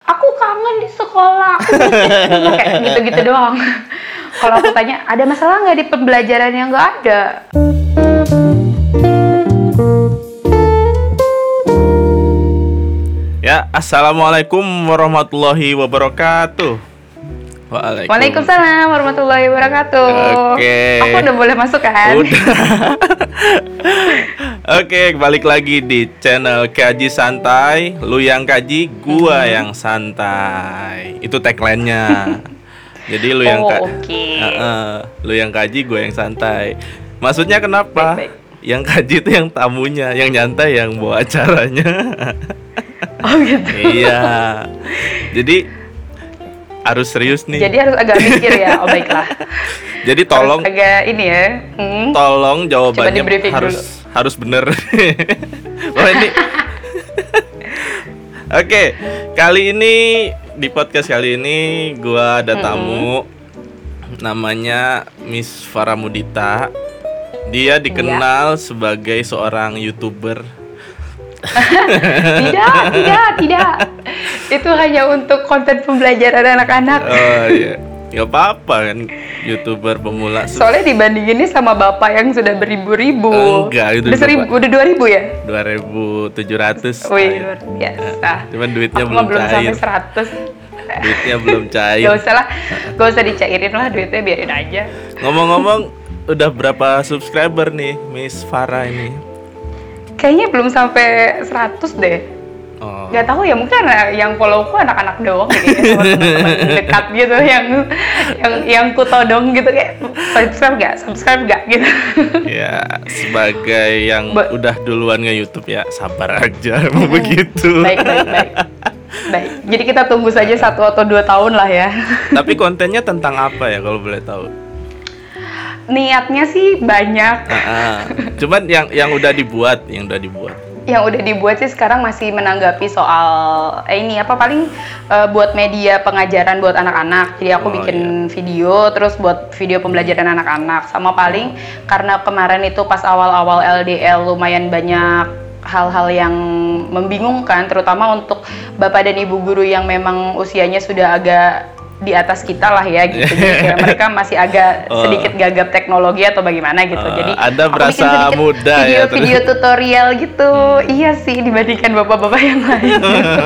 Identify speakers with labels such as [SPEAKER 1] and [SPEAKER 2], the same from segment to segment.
[SPEAKER 1] Aku kangen di sekolah. Cuma kayak gitu-gitu doang. Kalau aku tanya, ada masalah nggak di pembelajaran yang nggak ada?
[SPEAKER 2] Ya, assalamualaikum warahmatullahi wabarakatuh.
[SPEAKER 1] Waalaikumsalam warahmatullahi wabarakatuh.
[SPEAKER 2] Oke.
[SPEAKER 1] Aku udah boleh masuk kan?
[SPEAKER 2] Udah. Oke, balik lagi di channel Kaji Santai. Lu yang kaji, gua yang santai. Itu tagline-nya. Jadi lu yang lu yang kaji, gua yang santai. Maksudnya kenapa?
[SPEAKER 1] Baik.
[SPEAKER 2] Yang kaji itu yang tamunya, yang nyantai yang bawa acaranya.
[SPEAKER 1] Oh gitu.
[SPEAKER 2] Iya. Jadi harus serius nih.
[SPEAKER 1] Jadi harus agak mikir ya. Oh baiklah.
[SPEAKER 2] Jadi tolong
[SPEAKER 1] harus agak ini ya.
[SPEAKER 2] Tolong jawabannya harus bener. Wah ini. Oke, kali ini di podcast kali ini gua ada tamu namanya Miss Farah Mudita. Dia dikenal sebagai seorang YouTuber.
[SPEAKER 1] Tidak. Itu hanya untuk konten pembelajaran anak-anak.
[SPEAKER 2] Oh iya. Gak apa-apa kan, YouTuber pemula.
[SPEAKER 1] Soalnya dibandinginnya sama bapak yang sudah beribu-ribu.
[SPEAKER 2] Enggak, itu
[SPEAKER 1] udah 2.000 ya?
[SPEAKER 2] 2.700.
[SPEAKER 1] Wih, luar biasa.
[SPEAKER 2] Cuman duitnya
[SPEAKER 1] Aku
[SPEAKER 2] belum
[SPEAKER 1] sampai
[SPEAKER 2] cair.
[SPEAKER 1] 100.
[SPEAKER 2] Duitnya belum cair.
[SPEAKER 1] Gak usah dicairin lah, duitnya biarin aja.
[SPEAKER 2] Ngomong-ngomong, udah berapa subscriber nih Miss Farah ini? Kayaknya
[SPEAKER 1] belum sampai 100 deh.
[SPEAKER 2] Oh.
[SPEAKER 1] Gak tahu ya, mungkin yang followku anak-anak doang gitu ya, sama teman-teman dekat gitu yang ku todong gitu kayak subscribe gak gitu.
[SPEAKER 2] Ya, sebagai yang udah duluan nge-YouTube ya, sabar aja mau begitu.
[SPEAKER 1] Baik. Jadi kita tunggu saja 1 atau 2 tahun lah ya.
[SPEAKER 2] Tapi kontennya tentang apa ya kalau boleh tahu?
[SPEAKER 1] Niatnya sih banyak.
[SPEAKER 2] Cuman yang udah dibuat.
[SPEAKER 1] Yang udah dibuat sih sekarang masih menanggapi soal paling buat media pengajaran buat anak-anak. Jadi aku bikin video, terus buat video pembelajaran anak-anak. Sama paling karena kemarin itu pas awal-awal LDL lumayan banyak hal-hal yang membingungkan, terutama untuk bapak dan ibu guru yang memang usianya sudah agak di atas kita lah ya gitu. Jadi mereka masih agak sedikit gagap teknologi atau bagaimana gitu. Jadi
[SPEAKER 2] Anda berasa muda ya.
[SPEAKER 1] Video tutorial gitu. Iya sih dibandingkan bapak-bapak yang lain.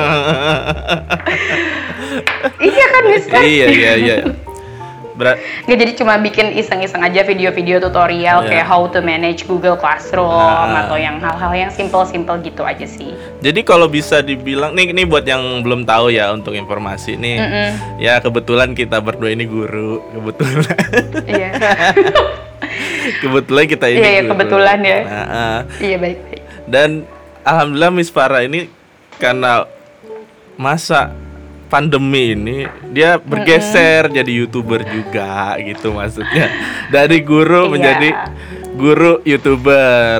[SPEAKER 1] Iya kan Mister?
[SPEAKER 2] Iya.
[SPEAKER 1] Nggak, jadi cuma bikin iseng-iseng aja video-video tutorial kayak how to manage Google Classroom atau yang hal-hal yang simple-simple gitu aja sih.
[SPEAKER 2] Jadi kalau bisa dibilang nih buat yang belum tahu ya, untuk informasi nih. Ya kebetulan kita berdua ini guru, kebetulan.
[SPEAKER 1] Iya.
[SPEAKER 2] Kebetulan kita ini
[SPEAKER 1] Iya,
[SPEAKER 2] guru.
[SPEAKER 1] kebetulan ya. Iya, baik.
[SPEAKER 2] Dan alhamdulillah Miss Farah ini karena masa pandemi ini dia bergeser jadi YouTuber juga gitu, maksudnya dari guru menjadi guru YouTuber.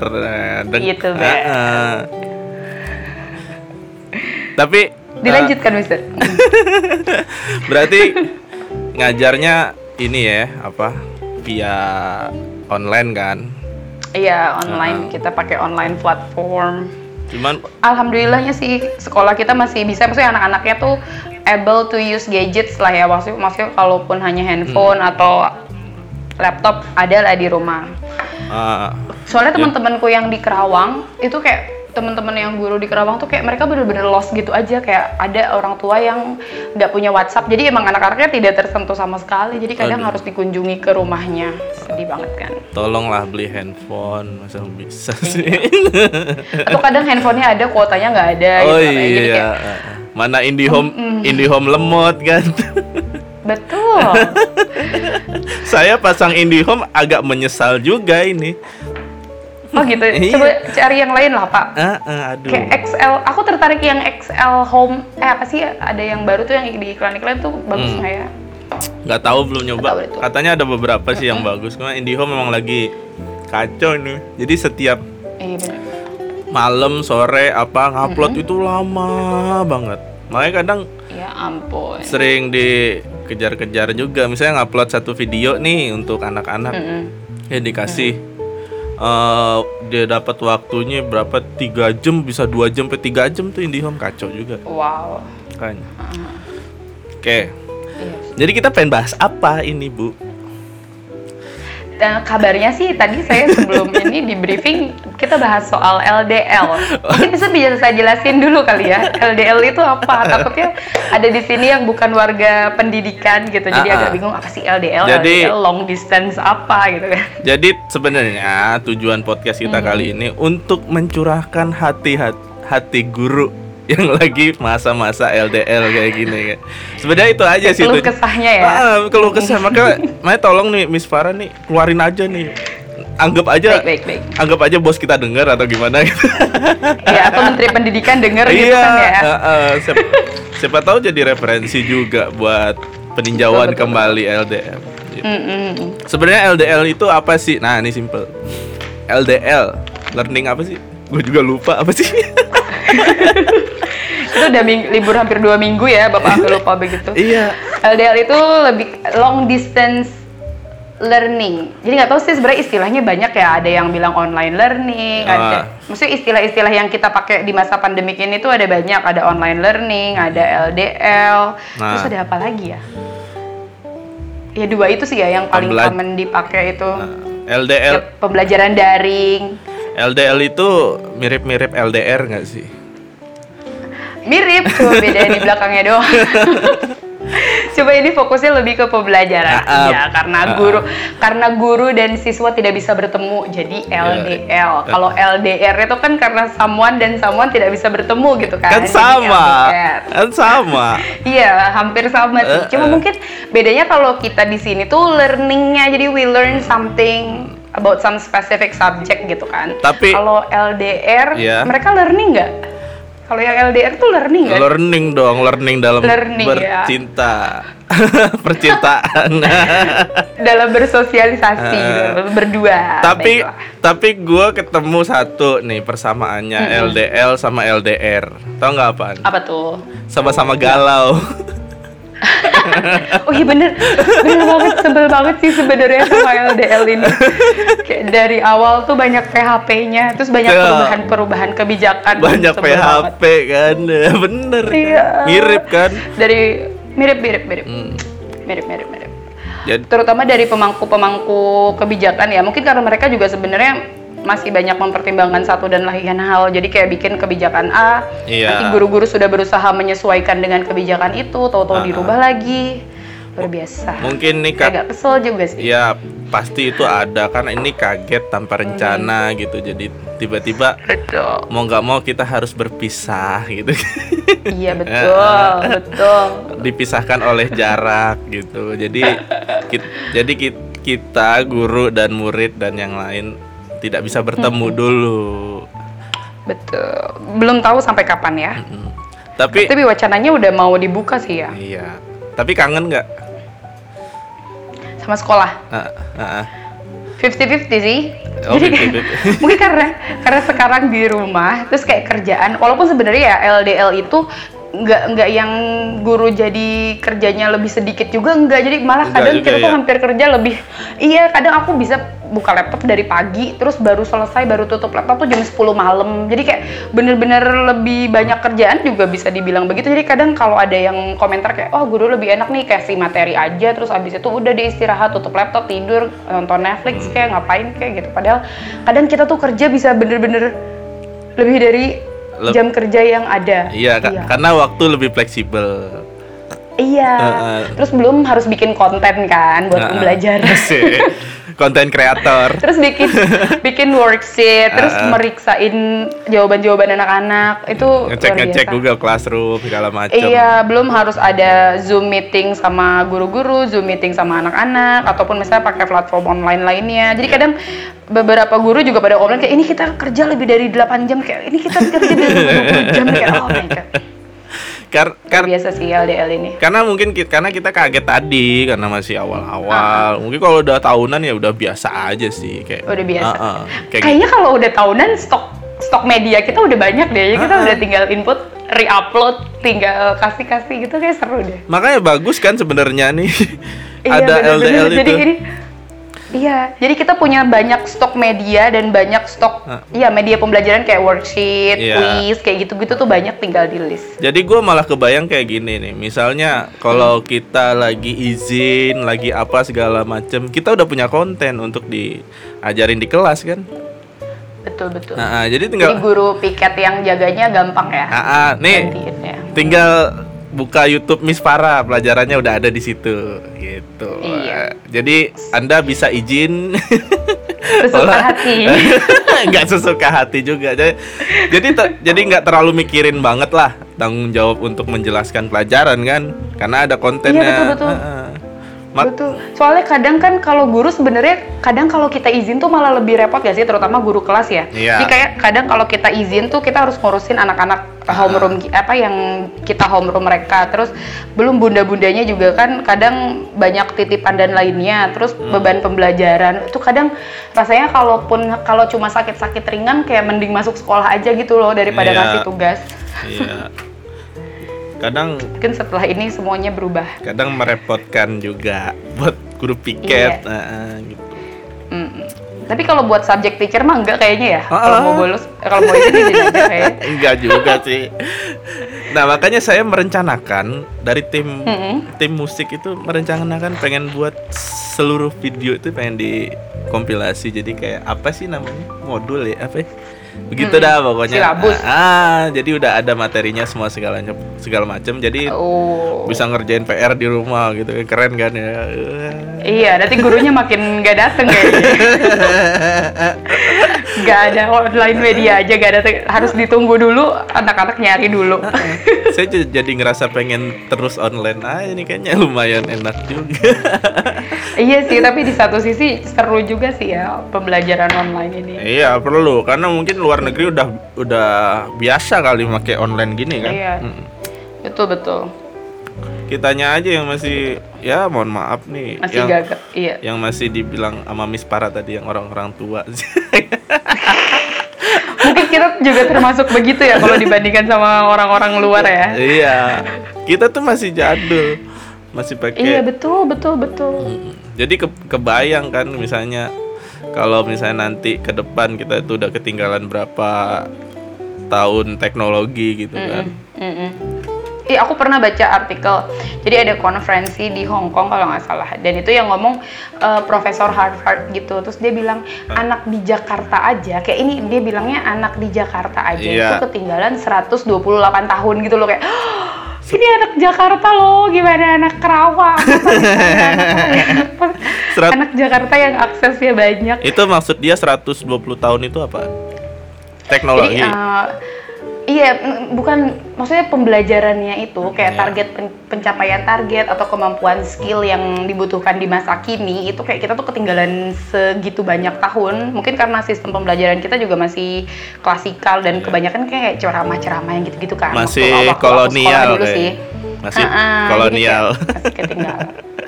[SPEAKER 2] Tapi
[SPEAKER 1] dilanjutkan Mister.
[SPEAKER 2] Berarti ngajarnya ini ya via online kan? Iya,
[SPEAKER 1] online. Kita pakai online platform.
[SPEAKER 2] Cuman
[SPEAKER 1] alhamdulillahnya sih sekolah kita masih bisa, maksudnya anak-anaknya tuh able to use gadgets lah ya, maksudnya kalaupun hanya handphone atau laptop ada lah di rumah. Soalnya teman-temanku yang di Kerawang itu kayak teman-teman yang guru di Kerawang tuh kayak mereka bener-bener lost gitu aja, kayak ada orang tua yang nggak punya WhatsApp, jadi emang anak-anaknya tidak tersentuh sama sekali, jadi kadang harus dikunjungi ke rumahnya. Sedih banget kan.
[SPEAKER 2] Tolonglah beli handphone, masa bisa sih.
[SPEAKER 1] Atau kadang handphonenya ada, kuotanya nggak ada. Jadi kayak,
[SPEAKER 2] mana IndiHome lemot kan.
[SPEAKER 1] Betul.
[SPEAKER 2] Saya pasang IndiHome agak menyesal juga ini.
[SPEAKER 1] Oh gitu, coba cari yang lain lah Pak.
[SPEAKER 2] Aduh.
[SPEAKER 1] Kayak XL, aku tertarik yang XL Home. Apa sih, ada yang baru tuh yang di iklan-iklan tuh bagus nggak ya?
[SPEAKER 2] Nggak tahu, belum nyoba. Katanya ada beberapa sih yang bagus. Karena IndiHome memang lagi kacau nih. Jadi setiap malam, sore, ngupload itu lama banget. Makanya kadang
[SPEAKER 1] ya ampun,
[SPEAKER 2] sering dikejar-kejar juga. Misalnya ngupload satu video nih untuk anak-anak, ya dikasih Dia dapat waktunya berapa, 3 jam, bisa 2 jam sampai 3 jam tuh IndiHome, kacau juga
[SPEAKER 1] Wow.
[SPEAKER 2] kan. Oke.
[SPEAKER 1] Iya.
[SPEAKER 2] Jadi kita pengen bahas apa ini, Bu?
[SPEAKER 1] Kabarnya sih tadi saya sebelum ini di briefing kita bahas soal LDL. Mungkin bisa saya jelasin dulu kali ya. LDL itu apa? Takutnya ada di sini yang bukan warga pendidikan gitu. Jadi agak bingung apa sih LDL?
[SPEAKER 2] Jadi,
[SPEAKER 1] LDL long distance apa gitu kan.
[SPEAKER 2] Jadi sebenarnya tujuan podcast kita kali ini untuk mencurahkan hati guru yang lagi masa-masa LDL kayak gini kan. Sebenarnya itu aja sih.
[SPEAKER 1] Keluh kesahnya ya.
[SPEAKER 2] Keluh kesah. Makanya tolong nih Miss Farah nih, keluarin aja nih. Anggap aja.
[SPEAKER 1] Baik.
[SPEAKER 2] Anggap aja bos kita dengar atau gimana gitu.
[SPEAKER 1] Ya, atau Menteri Pendidikan dengar gitu kan ya.
[SPEAKER 2] Siapa tahu jadi referensi juga buat peninjauan
[SPEAKER 1] Betul.
[SPEAKER 2] kembali LDL. Gitu. Sebenarnya LDL itu apa sih? Nah, ini simple. LDL, learning apa sih? Gue juga lupa apa sih.
[SPEAKER 1] Itu udah libur hampir 2 minggu ya, Bapak sampai lupa begitu.
[SPEAKER 2] Iya.
[SPEAKER 1] LDL itu lebih long distance learning. Jadi nggak tahu sih sebenarnya istilahnya banyak ya. Ada yang bilang online learning, ada. Maksudnya istilah-istilah yang kita pakai di masa pandemik ini tuh ada banyak. Ada online learning, ada LDL. Terus ada apa lagi ya? Ya 2 itu sih ya yang paling common dipakai itu.
[SPEAKER 2] LDL.
[SPEAKER 1] Ya, pembelajaran daring.
[SPEAKER 2] LDL itu mirip-mirip LDR nggak sih?
[SPEAKER 1] Mirip, cuma bedanya di belakangnya doang. Coba ini fokusnya lebih ke pembelajaran ya, karena guru dan siswa tidak bisa bertemu, jadi LDL. Kalau LDR itu kan karena someone dan someone tidak bisa bertemu gitu kan.
[SPEAKER 2] Kan sama. Iya,
[SPEAKER 1] hampir sama sih. Cuma mungkin bedanya kalau kita di sini tuh learningnya, jadi we learn something about some specific subject gitu kan.
[SPEAKER 2] Tapi
[SPEAKER 1] kalau LDR mereka learning nggak? Kalau yang LDR tuh learning kan?
[SPEAKER 2] Learning dong, learning dalam bercinta. Percintaan.
[SPEAKER 1] Dalam bersosialisasi, berdua.
[SPEAKER 2] Tapi gue ketemu satu nih persamaannya LDL sama LDR. Tahu nggak apaan?
[SPEAKER 1] Apa tuh?
[SPEAKER 2] Sama-sama galau.
[SPEAKER 1] Oh iya bener banget, sebel banget sih sebenarnya sama LDL ini. Kayak dari awal tuh banyak PHP-nya, terus banyak perubahan kebijakan.
[SPEAKER 2] Banyak PHP kan, bener.
[SPEAKER 1] Iya.
[SPEAKER 2] Mirip kan?
[SPEAKER 1] Dari mirip. Jadi, terutama dari pemangku kebijakan ya, mungkin karena mereka juga sebenarnya masih banyak mempertimbangkan satu dan lain hal. Jadi kayak bikin kebijakan A, nanti guru-guru sudah berusaha menyesuaikan dengan kebijakan itu, tahu-tahu dirubah lagi. Luar biasa.
[SPEAKER 2] Mungkin nih
[SPEAKER 1] agak kesel juga sih.
[SPEAKER 2] Ya pasti itu ada, kan ini kaget tanpa rencana gitu. Jadi tiba-tiba mau nggak mau kita harus berpisah gitu.
[SPEAKER 1] Iya betul.
[SPEAKER 2] Dipisahkan oleh jarak gitu. Jadi kita guru dan murid dan yang lain tidak bisa bertemu dulu.
[SPEAKER 1] Betul. Belum tahu sampai kapan ya. Tapi wacananya udah mau dibuka sih ya.
[SPEAKER 2] Iya. Tapi kangen nggak?
[SPEAKER 1] Sama sekolah? 50-50 sih. Jadi mungkin karena sekarang di rumah, terus kayak kerjaan. Walaupun sebenarnya ya LDL itu nggak yang guru jadi kerjanya lebih sedikit juga enggak, jadi malah kadang kita tuh hampir kerja lebih. Iya, kadang aku bisa buka laptop dari pagi terus baru tutup laptop tuh jam 10 malam. Jadi kayak bener-bener lebih banyak kerjaan juga bisa dibilang begitu. Jadi kadang kalau ada yang komentar kayak guru lebih enak nih kasih materi aja terus abis itu udah diistirahat, tutup laptop, tidur, nonton Netflix kayak ngapain kayak gitu. Padahal kadang kita tuh kerja bisa bener-bener lebih dari jam kerja yang ada.
[SPEAKER 2] Iya, karena waktu lebih fleksibel.
[SPEAKER 1] Iya. Terus belum harus bikin konten kan buat pembelajaran.
[SPEAKER 2] Konten kreator.
[SPEAKER 1] Terus bikin worksheet, terus meriksain jawaban-jawaban anak-anak. Itu
[SPEAKER 2] ngecek Google Classroom segala macam.
[SPEAKER 1] Iya, belum harus ada Zoom meeting sama guru-guru, Zoom meeting sama anak-anak, ataupun misalnya pakai platform online lainnya. Jadi kadang beberapa guru juga pada komen kayak ini kita kerja lebih dari 8 jam, kayak ini kita kerja lebih dari 20 jam kayak oh my god. Biasa sih LDL ini.
[SPEAKER 2] Karena kita kaget tadi karena masih awal-awal. Mungkin kalau udah tahunan ya udah biasa aja sih kayak.
[SPEAKER 1] Udah biasa. Kayaknya kalau udah tahunan stok media kita udah banyak deh. Kita udah tinggal input, re-upload, tinggal kasih gitu kayak seru deh.
[SPEAKER 2] Makanya bagus kan sebenarnya nih.
[SPEAKER 1] Iya,
[SPEAKER 2] ada bener, LDL itu.
[SPEAKER 1] Jadi ini Iya, jadi kita punya banyak stok media dan banyak stok media pembelajaran kayak worksheet, quiz, kayak gitu-gitu tuh banyak, tinggal di list.
[SPEAKER 2] Jadi gue malah kebayang kayak gini nih, misalnya kalau kita lagi izin, lagi apa segala macem, kita udah punya konten untuk diajarin di kelas kan?
[SPEAKER 1] Betul.
[SPEAKER 2] Jadi tinggal
[SPEAKER 1] guru piket yang jaganya gampang ya.
[SPEAKER 2] Nih, tinggal buka YouTube Miss Farah, pelajarannya udah ada di situ, gitu.
[SPEAKER 1] Iya.
[SPEAKER 2] Jadi Anda bisa izin.
[SPEAKER 1] Sesuka hati.
[SPEAKER 2] Nggak sesuka hati juga. Jadi nggak terlalu mikirin banget lah tanggung jawab untuk menjelaskan pelajaran kan, karena ada kontennya.
[SPEAKER 1] Iya, betul. Betul. Soalnya kadang kan kalau guru sebenarnya kadang kalau kita izin tuh malah lebih repot gak sih, terutama guru kelas ya. Jadi kayak kadang kalau kita izin tuh kita harus ngurusin anak-anak homeroom yang kita homeroom mereka. Terus belum bunda-bundanya juga kan kadang banyak titipan dan lainnya. Terus beban pembelajaran itu kadang rasanya kalau cuma sakit-sakit ringan kayak mending masuk sekolah aja gitu loh daripada ngasih tugas.
[SPEAKER 2] Iya. Kadang
[SPEAKER 1] mungkin setelah ini semuanya berubah.
[SPEAKER 2] Kadang merepotkan juga buat guru piket, gitu.
[SPEAKER 1] Tapi kalau buat subject teacher mah enggak kayaknya ya. Kalau mau bolos, kalau mau izin aja kayaknya.
[SPEAKER 2] Enggak juga sih. Nah makanya saya merencanakan dari tim musik itu merencanakan pengen buat seluruh video itu pengen dikompilasi. Jadi kayak apa sih namanya, modul ya apa? Begitu dah pokoknya.
[SPEAKER 1] Silabus.
[SPEAKER 2] Jadi udah ada materinya semua segala macam. Jadi bisa ngerjain PR di rumah gitu. Keren kan ya.
[SPEAKER 1] Iya, nanti gurunya makin gak dateng kayaknya. Gak ada online media aja, gak ada, harus ditunggu dulu, anak-anak nyari dulu.
[SPEAKER 2] Saya jadi ngerasa pengen terus online. Ini kayaknya lumayan enak juga.
[SPEAKER 1] Iya sih, tapi di satu sisi seru juga sih ya pembelajaran online ini.
[SPEAKER 2] Iya, perlu, karena mungkin luar negeri udah biasa kali pakai online gini kan.
[SPEAKER 1] Iya. Betul.
[SPEAKER 2] Kitanya aja yang masih, ya mohon maaf nih,
[SPEAKER 1] masih gagap. Iya.
[SPEAKER 2] Yang masih dibilang sama Miss Farah tadi yang orang-orang tua.
[SPEAKER 1] Mungkin kita juga termasuk begitu ya kalau dibandingkan sama orang-orang luar ya.
[SPEAKER 2] Iya. Kita tuh masih jadul. Masih pakai.
[SPEAKER 1] Iya, betul.
[SPEAKER 2] Jadi kebayang kan misalnya kalau misalnya nanti ke depan kita itu udah ketinggalan berapa tahun teknologi gitu kan.
[SPEAKER 1] Iya, aku pernah baca artikel. Jadi ada konferensi di Hong Kong kalau nggak salah. Dan itu yang ngomong profesor Harvard gitu. Terus dia bilang anak di Jakarta aja, kayak ini dia bilangnya anak di Jakarta aja itu ketinggalan 128 tahun gitu loh, kayak ini anak Jakarta loh, gimana anak Kerawang? Anak Jakarta yang aksesnya banyak.
[SPEAKER 2] Itu maksud dia 120 tahun itu apa? Teknologi?
[SPEAKER 1] Jadi, iya, bukan, maksudnya pembelajarannya itu kayak target pencapaian target atau kemampuan skill yang dibutuhkan di masa kini itu kayak kita tuh ketinggalan segitu banyak tahun. Mungkin karena sistem pembelajaran kita juga masih klasikal dan kebanyakan kayak ceramah-ceramah yang gitu-gitu kan.
[SPEAKER 2] Masih kolonial dulu sih. Masih kolonial.
[SPEAKER 1] Masih ketinggalan.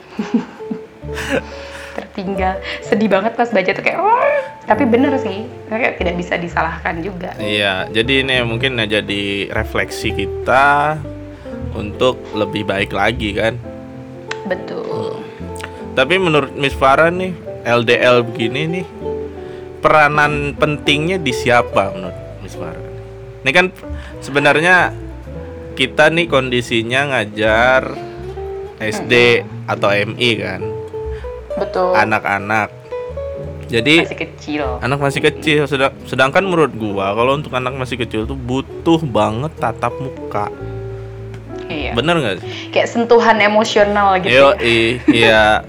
[SPEAKER 1] Tertinggal. Sedih banget pas baca tuh kayak tapi bener sih, kayak tidak bisa disalahkan juga.
[SPEAKER 2] Iya, jadi ini mungkin jadi refleksi kita untuk lebih baik lagi kan.
[SPEAKER 1] Betul.
[SPEAKER 2] Tapi menurut Miss Farah nih, LDL begini nih, peranan pentingnya di siapa menurut Miss Farah? Ini kan sebenarnya kita nih kondisinya ngajar SD atau MI kan.
[SPEAKER 1] Betul.
[SPEAKER 2] Anak-anak. Jadi
[SPEAKER 1] masih kecil.
[SPEAKER 2] Anak masih kecil. Sedangkan menurut gua kalau untuk anak masih kecil tuh butuh banget tatap muka.
[SPEAKER 1] Iya.
[SPEAKER 2] Bener nggak sih?
[SPEAKER 1] Kayak sentuhan emosional gitu.
[SPEAKER 2] Iya.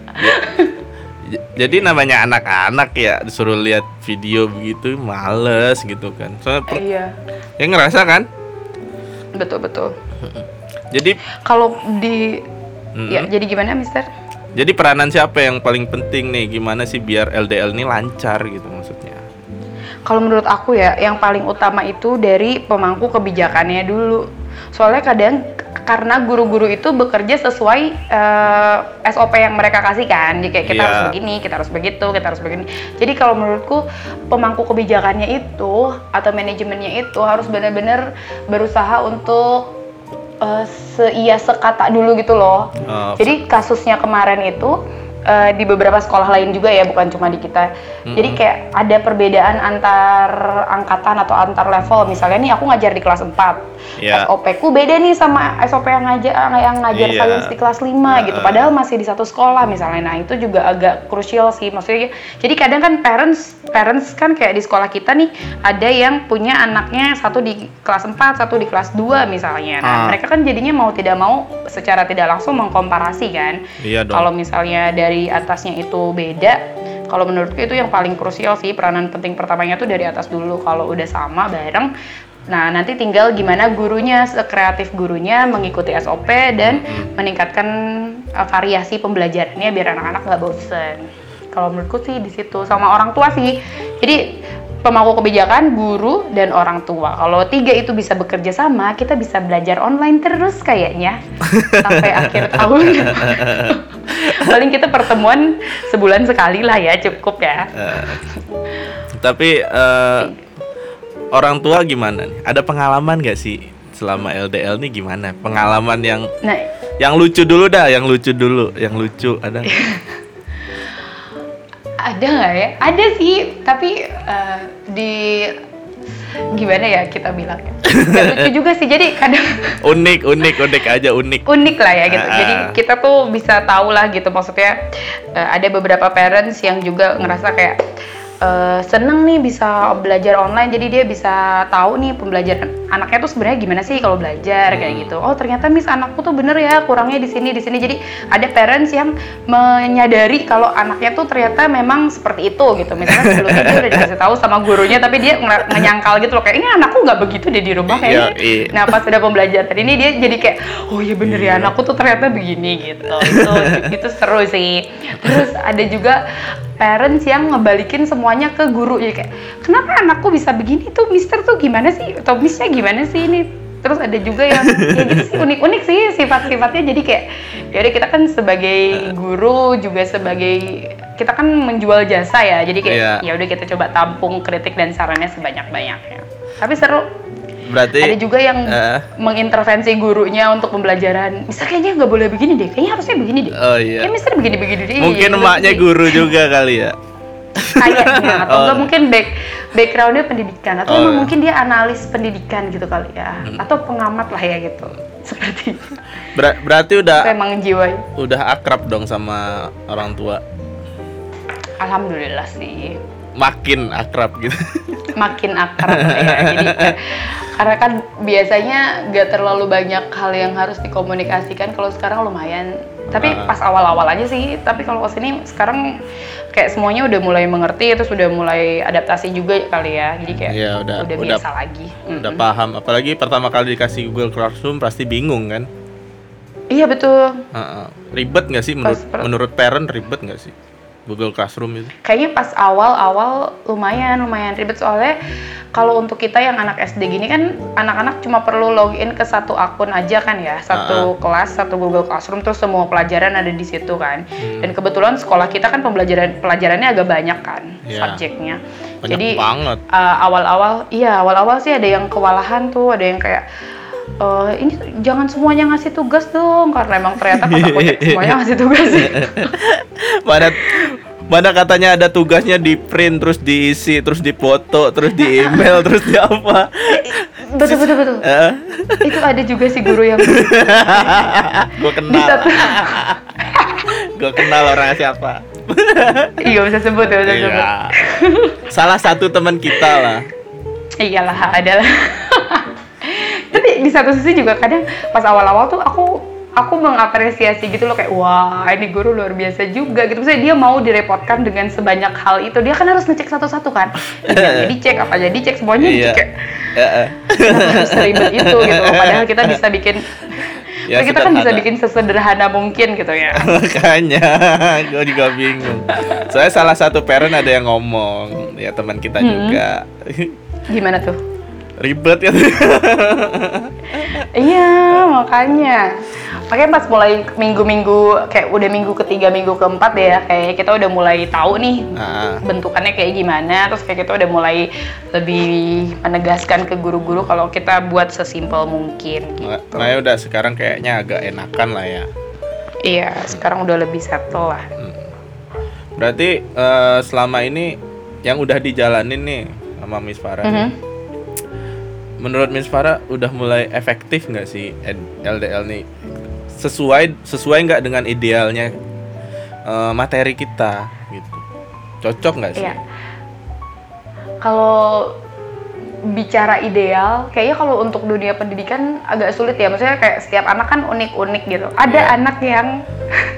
[SPEAKER 2] Jadi namanya anak-anak ya disuruh lihat video begitu males gitu kan. Soalnya ya ngerasa kan?
[SPEAKER 1] Betul.
[SPEAKER 2] Jadi
[SPEAKER 1] kalau ya jadi gimana, Mister?
[SPEAKER 2] Jadi peranan siapa yang paling penting nih? Gimana sih biar LDL ini lancar gitu maksudnya?
[SPEAKER 1] Kalau menurut aku ya, yang paling utama itu dari pemangku kebijakannya dulu. Soalnya kadang karena guru-guru itu bekerja sesuai SOP yang mereka kasih kan. Jadi kayak kita harus begini, kita harus begitu, kita harus begini. Jadi kalau menurutku pemangku kebijakannya itu atau manajemennya itu harus benar-benar berusaha untuk sekata dulu gitu loh. Jadi kasusnya kemarin itu di beberapa sekolah lain juga ya, bukan cuma di kita. Jadi kayak ada perbedaan antar angkatan atau antar level. Misalnya nih aku ngajar di kelas 4. SOP ku beda nih sama SOP yang ngajar sains di kelas 5 gitu. Padahal masih di satu sekolah misalnya. Nah, itu juga agak krusial sih. Maksudnya jadi kadang kan parents kan kayak di sekolah kita nih ada yang punya anaknya satu di kelas 4, satu di kelas 2 misalnya. Nah, mereka kan jadinya mau tidak mau secara tidak langsung mengkomparasi kan. Kalau misalnya dari atasnya itu beda, kalau menurutku itu yang paling krusial sih, peranan penting pertamanya tuh dari atas dulu. Kalau udah sama bareng, nah nanti tinggal gimana gurunya, sekreatif gurunya mengikuti SOP dan meningkatkan variasi pembelajarannya biar anak-anak nggak bosen. Kalau menurutku sih di situ, sama orang tua sih. Jadi pemangku kebijakan, guru, dan orang tua. Kalau 3 itu bisa bekerja sama, kita bisa belajar online terus kayaknya sampai akhir tahun. Paling kita pertemuan sebulan sekali lah ya, cukup ya.
[SPEAKER 2] Tapi orang tua gimana nih? Ada pengalaman nggak sih selama LDL nih gimana? Pengalaman yang lucu dulu dah, yang lucu ada nggak?
[SPEAKER 1] Ada nggak ya? Ada sih, tapi gimana ya kita bilangnya? Gak lucu juga sih, jadi kadang
[SPEAKER 2] unik
[SPEAKER 1] lah ya gitu. Jadi kita tuh bisa tahu lah gitu, maksudnya ada beberapa parents yang juga ngerasa kayak seneng nih bisa belajar online, jadi dia bisa tahu nih pembelajaran anaknya tuh sebenarnya gimana sih kalau belajar kayak gitu. Oh ternyata Miss anakku tuh bener ya kurangnya di sini. Jadi ada parents yang menyadari kalau anaknya tuh ternyata memang seperti itu gitu. Misalnya sebelumnya dia udah dikasih tahu sama gurunya, tapi dia menyangkal gitu loh, kayak ini anakku nggak begitu deh di rumah kayaknya. Nah pas udah pembelajaran ini dia jadi kayak oh iya bener ya anakku tuh ternyata begini gitu. Itu seru sih. Terus ada juga parents yang ngebalikin semuanya ke guru, ya kayak kenapa anakku bisa begini tuh mister tuh gimana sih atau missnya gimana sih ini. Terus ada juga yang ya gitu sih, unik-unik sih sifat-sifatnya. Jadi kayak ya udah, kita kan sebagai guru juga sebagai kita kan menjual jasa ya, jadi kayak ya udah kita coba tampung kritik dan sarannya sebanyak-banyaknya. Tapi seru.
[SPEAKER 2] Berarti
[SPEAKER 1] ada juga yang mengintervensi gurunya untuk pembelajaran. Misal kayaknya nggak boleh begini deh, kayaknya harusnya begini deh.
[SPEAKER 2] Oh iya.
[SPEAKER 1] Kayak misalnya begini deh.
[SPEAKER 2] Mungkin emaknya guru juga kali ya.
[SPEAKER 1] Kayaknya, atau enggak mungkin backgroundnya pendidikan, atau emang mungkin dia analis pendidikan gitu kali ya, atau pengamat lah ya gitu. Seperti
[SPEAKER 2] berarti
[SPEAKER 1] emang jiwa.
[SPEAKER 2] Udah akrab dong sama orang tua.
[SPEAKER 1] Alhamdulillah sih.
[SPEAKER 2] Makin akrab gitu.
[SPEAKER 1] Makin akrab ya. Jadi karena kan biasanya gak terlalu banyak hal yang harus dikomunikasikan. Kalau sekarang lumayan. Tapi pas awal-awal aja sih. Tapi kalau kesini sekarang kayak semuanya udah mulai mengerti, terus udah mulai adaptasi juga kali ya. Jadi kayak udah biasa lagi.
[SPEAKER 2] Udah paham. Apalagi pertama kali dikasih Google Classroom pasti bingung kan?
[SPEAKER 1] Iya betul.
[SPEAKER 2] Ribet nggak sih menurut parent, ribet nggak sih Google Classroom itu?
[SPEAKER 1] Kayaknya pas awal-awal lumayan ribet, soalnya kalau untuk kita yang anak SD gini kan anak-anak cuma perlu login ke satu akun aja kan ya, satu kelas, satu Google Classroom, terus semua pelajaran ada di situ kan. Dan kebetulan sekolah kita kan pelajarannya agak banyak kan, subjeknya.
[SPEAKER 2] Banyak
[SPEAKER 1] jadi
[SPEAKER 2] banget.
[SPEAKER 1] Awal-awal sih ada yang kewalahan tuh, ada yang kayak ini jangan semuanya ngasih tugas dong, karena emang ternyata pas aku cek semuanya ngasih tugas sih.
[SPEAKER 2] Mana katanya ada tugasnya di print, terus diisi, terus dipoto, terus di email, terus di apa?
[SPEAKER 1] Betul. Itu ada juga sih guru yang
[SPEAKER 2] Gue kenal orangnya siapa.
[SPEAKER 1] Iya bisa sebut ya, bisa sebut.
[SPEAKER 2] Salah satu teman kita lah.
[SPEAKER 1] Iyalah, adalah. Tapi di satu sisi juga kadang pas awal-awal tuh aku mengapresiasi gitu loh, kayak wah ini guru luar biasa juga gitu. Misalnya dia mau direpotkan dengan sebanyak hal itu, dia kan harus ngecek satu-satu kan. Jadi dicek apa aja dicek, semuanya dicek. Harus seribet itu gitu. Padahal kita bisa bikin kita kan bisa bikin sesederhana mungkin gitu ya.
[SPEAKER 2] Makanya gue juga bingung. Soalnya salah satu parent ada yang ngomong, ya teman kita juga.
[SPEAKER 1] Gimana tuh?
[SPEAKER 2] Ribet ya.
[SPEAKER 1] Iya, makanya pas mulai minggu-minggu, kayak udah minggu ketiga, minggu keempat deh ya, kayak kita udah mulai tahu nih bentukannya kayak gimana. Terus kayak kita udah mulai lebih menegaskan ke guru-guru kalau kita buat sesimpel mungkin gitu.
[SPEAKER 2] Nah udah sekarang kayaknya agak enakan lah ya.
[SPEAKER 1] Iya, sekarang udah lebih settle lah.
[SPEAKER 2] Berarti selama ini yang udah dijalanin nih sama Miss Farah nih, menurut Miss Farah udah mulai efektif nggak sih LDL nih? Sesuai nggak dengan idealnya materi kita gitu? Cocok nggak sih?
[SPEAKER 1] Iya. Kalau bicara ideal, kayaknya kalau untuk dunia pendidikan agak sulit ya. Maksudnya kayak setiap anak kan unik-unik gitu. Ada anak yang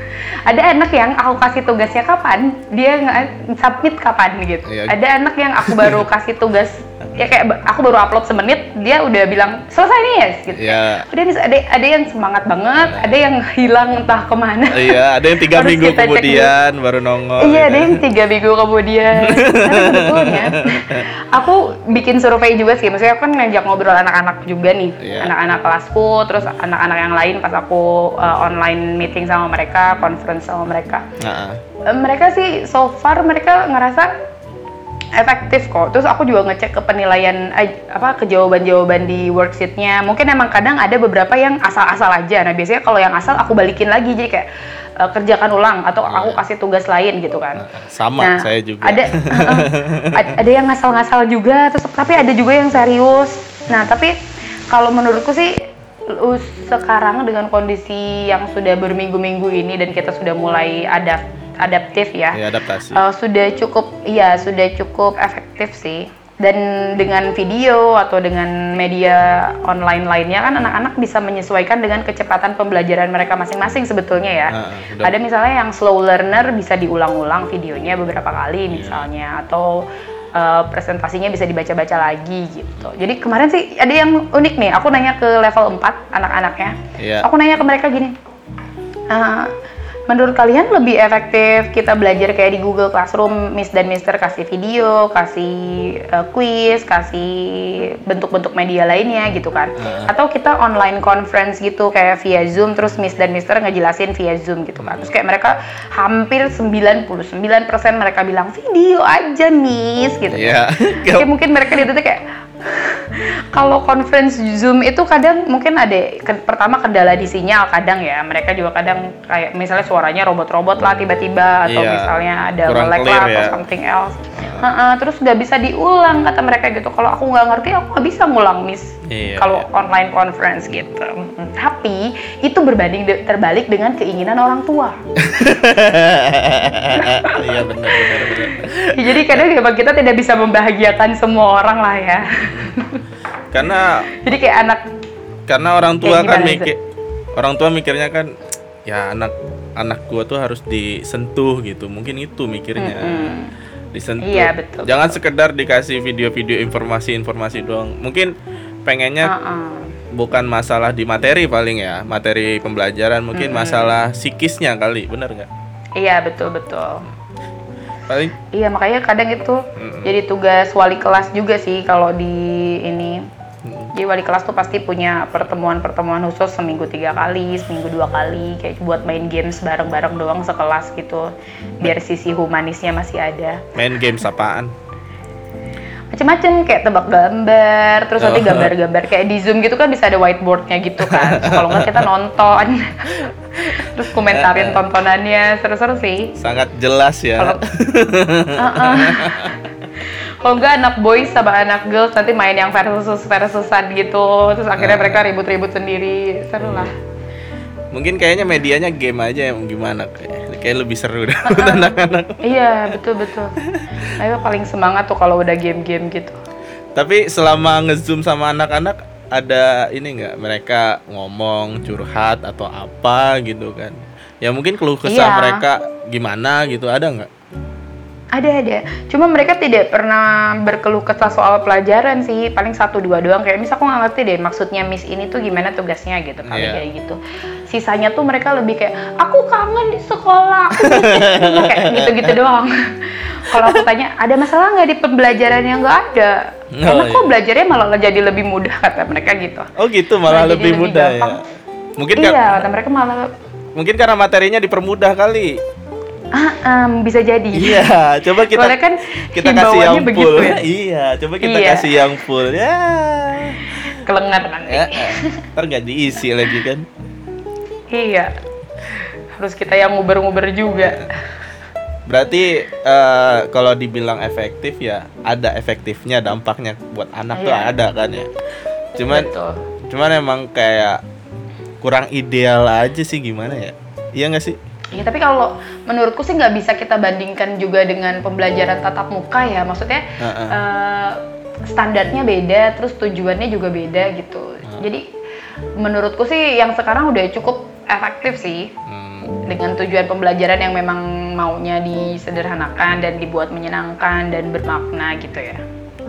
[SPEAKER 1] aku kasih tugasnya kapan, dia submit kapan gitu. Ada anak yang aku baru kasih tugas, ya kayak aku baru upload semenit, dia udah bilang selesai nih ya, gitu. Udah bisa. Ada yang semangat banget, ada yang hilang entah kemana.
[SPEAKER 2] Iya, ada yang 3 minggu kemudian baru nongol.
[SPEAKER 1] Iya, ada yang 3 minggu kemudian. Tapi sebetulnya aku bikin survei juga sih, maksudnya aku kan ngajak ngobrol anak-anak juga nih, anak-anak kelasku, terus anak-anak yang lain pas aku online meeting sama mereka, conference sama mereka. Mereka sih so far mereka ngerasa efektif kok. Terus aku juga ngecek ke penilaian ke jawaban-jawaban di worksheet-nya. Mungkin emang kadang ada beberapa yang asal-asal aja. Nah, biasanya kalau yang asal aku balikin lagi, jadi kayak kerjakan ulang atau aku kasih tugas lain gitu kan.
[SPEAKER 2] Sama, saya juga.
[SPEAKER 1] Ada yang ngasal-ngasal juga, terus tapi ada juga yang serius. Nah, tapi kalau menurutku sih sekarang dengan kondisi yang sudah berminggu-minggu ini dan kita sudah mulai adaptif ya,
[SPEAKER 2] adaptasi.
[SPEAKER 1] Sudah cukup efektif sih. Dan dengan video atau dengan media online lainnya kan anak-anak bisa menyesuaikan dengan kecepatan pembelajaran mereka masing-masing sebetulnya ya. Ada misalnya yang slow learner bisa diulang-ulang videonya beberapa kali misalnya, atau presentasinya bisa dibaca-baca lagi gitu. Jadi kemarin sih ada yang unik nih, aku nanya ke level 4 anak-anaknya. Aku nanya ke mereka gini, menurut kalian lebih efektif kita belajar kayak di Google Classroom, Miss dan Mister kasih video, kasih quiz, kasih bentuk-bentuk media lainnya gitu kan, atau kita online conference gitu kayak via Zoom, terus Miss dan Mister ngejelasin via Zoom gitu kan. Terus kayak mereka hampir 99% mereka bilang video aja Miss gitu. Kayak mungkin mereka itu kayak kalau conference Zoom itu kadang mungkin ada pertama kendala di sinyal kadang ya, mereka juga kadang kayak misalnya suaranya robot-robot lah tiba-tiba, atau misalnya ada lag lah atau something else. Terus nggak bisa diulang kata mereka gitu. Kalau aku nggak ngerti aku nggak bisa ngulang Miss kalau online conference gitu. Tapi itu terbalik dengan keinginan orang tua.
[SPEAKER 2] Iya benar.
[SPEAKER 1] Jadi kadang memang kita tidak bisa membahagiakan semua orang lah ya. Jadi kayak
[SPEAKER 2] karena orang tua kan mikirnya kan ya anak gua tuh harus disentuh gitu, mungkin itu mikirnya. Disentuh.
[SPEAKER 1] Iya, betul.
[SPEAKER 2] Jangan sekedar dikasih video-video informasi doang. Mungkin pengennya bukan masalah di materi paling ya, materi pembelajaran, mungkin masalah psikisnya kali, benar nggak?
[SPEAKER 1] Iya, betul.
[SPEAKER 2] Paling.
[SPEAKER 1] Iya, makanya kadang itu jadi tugas wali kelas juga sih kalau di ini. Jadi wali kelas tuh pasti punya pertemuan khusus seminggu 3 kali, seminggu 2 kali, kayak buat main games bareng-bareng doang sekelas gitu, biar sisi humanisnya masih ada.
[SPEAKER 2] Main games apaan?
[SPEAKER 1] Macem-macem, kayak tebak gambar, terus nanti gambar-gambar kayak di Zoom gitu kan bisa ada whiteboardnya gitu kan. Kalau nggak kita nonton, terus komentarin tontonannya, seru-seru sih.
[SPEAKER 2] Sangat jelas ya.
[SPEAKER 1] Kalau nggak anak boys sama anak girls nanti main yang versusan gitu, terus akhirnya mereka ribut-ribut sendiri, seru lah.
[SPEAKER 2] Mungkin kayaknya medianya game aja yang gimana, kayak lebih seru dah buat anak-anak.
[SPEAKER 1] Iya, betul. Ayo paling semangat tuh kalau udah game-game gitu.
[SPEAKER 2] Tapi selama nge-zoom sama anak-anak ada ini nggak, mereka ngomong curhat atau apa gitu kan? Ya mungkin keluh kesah mereka gimana gitu, ada nggak?
[SPEAKER 1] Ada. Cuma mereka tidak pernah berkeluh kesah soal pelajaran sih. Paling 1-2 doang. Kayak Miss aku nggak ngerti deh maksudnya Miss ini tuh gimana tugasnya gitu. Kayak gitu. Sisanya tuh mereka lebih kayak aku kangen di sekolah. Kayak gitu-gitu doang. Kalau aku tanya ada masalah nggak di pembelajarannya, nggak ada. Karena kok belajarnya malah jadi lebih mudah kata mereka gitu.
[SPEAKER 2] Oh gitu, malah lebih mudah gampang. Ya. Mungkin
[SPEAKER 1] kata mereka malah.
[SPEAKER 2] Mungkin karena materinya dipermudah kali.
[SPEAKER 1] Bisa jadi.
[SPEAKER 2] Iya, coba kita kasih yang full.
[SPEAKER 1] Ya?
[SPEAKER 2] Iya, coba kita kasih yang full ya.
[SPEAKER 1] Kelengar nanti.
[SPEAKER 2] Ntar nggak diisi lagi kan?
[SPEAKER 1] Iya. Harus kita yang nguber-nguber juga.
[SPEAKER 2] Berarti kalau dibilang efektif ya ada efektifnya, dampaknya buat anak tuh
[SPEAKER 1] Iya.
[SPEAKER 2] ada kan ya.
[SPEAKER 1] Betul.
[SPEAKER 2] Cuman emang kayak kurang ideal aja sih, gimana ya? Iya nggak sih?
[SPEAKER 1] Iya, tapi kalau menurutku sih nggak bisa kita bandingkan juga dengan pembelajaran tatap muka ya. Maksudnya standarnya beda, terus tujuannya juga beda gitu. Jadi menurutku sih yang sekarang udah cukup efektif sih. Dengan tujuan pembelajaran yang memang maunya disederhanakan dan dibuat menyenangkan dan bermakna gitu ya.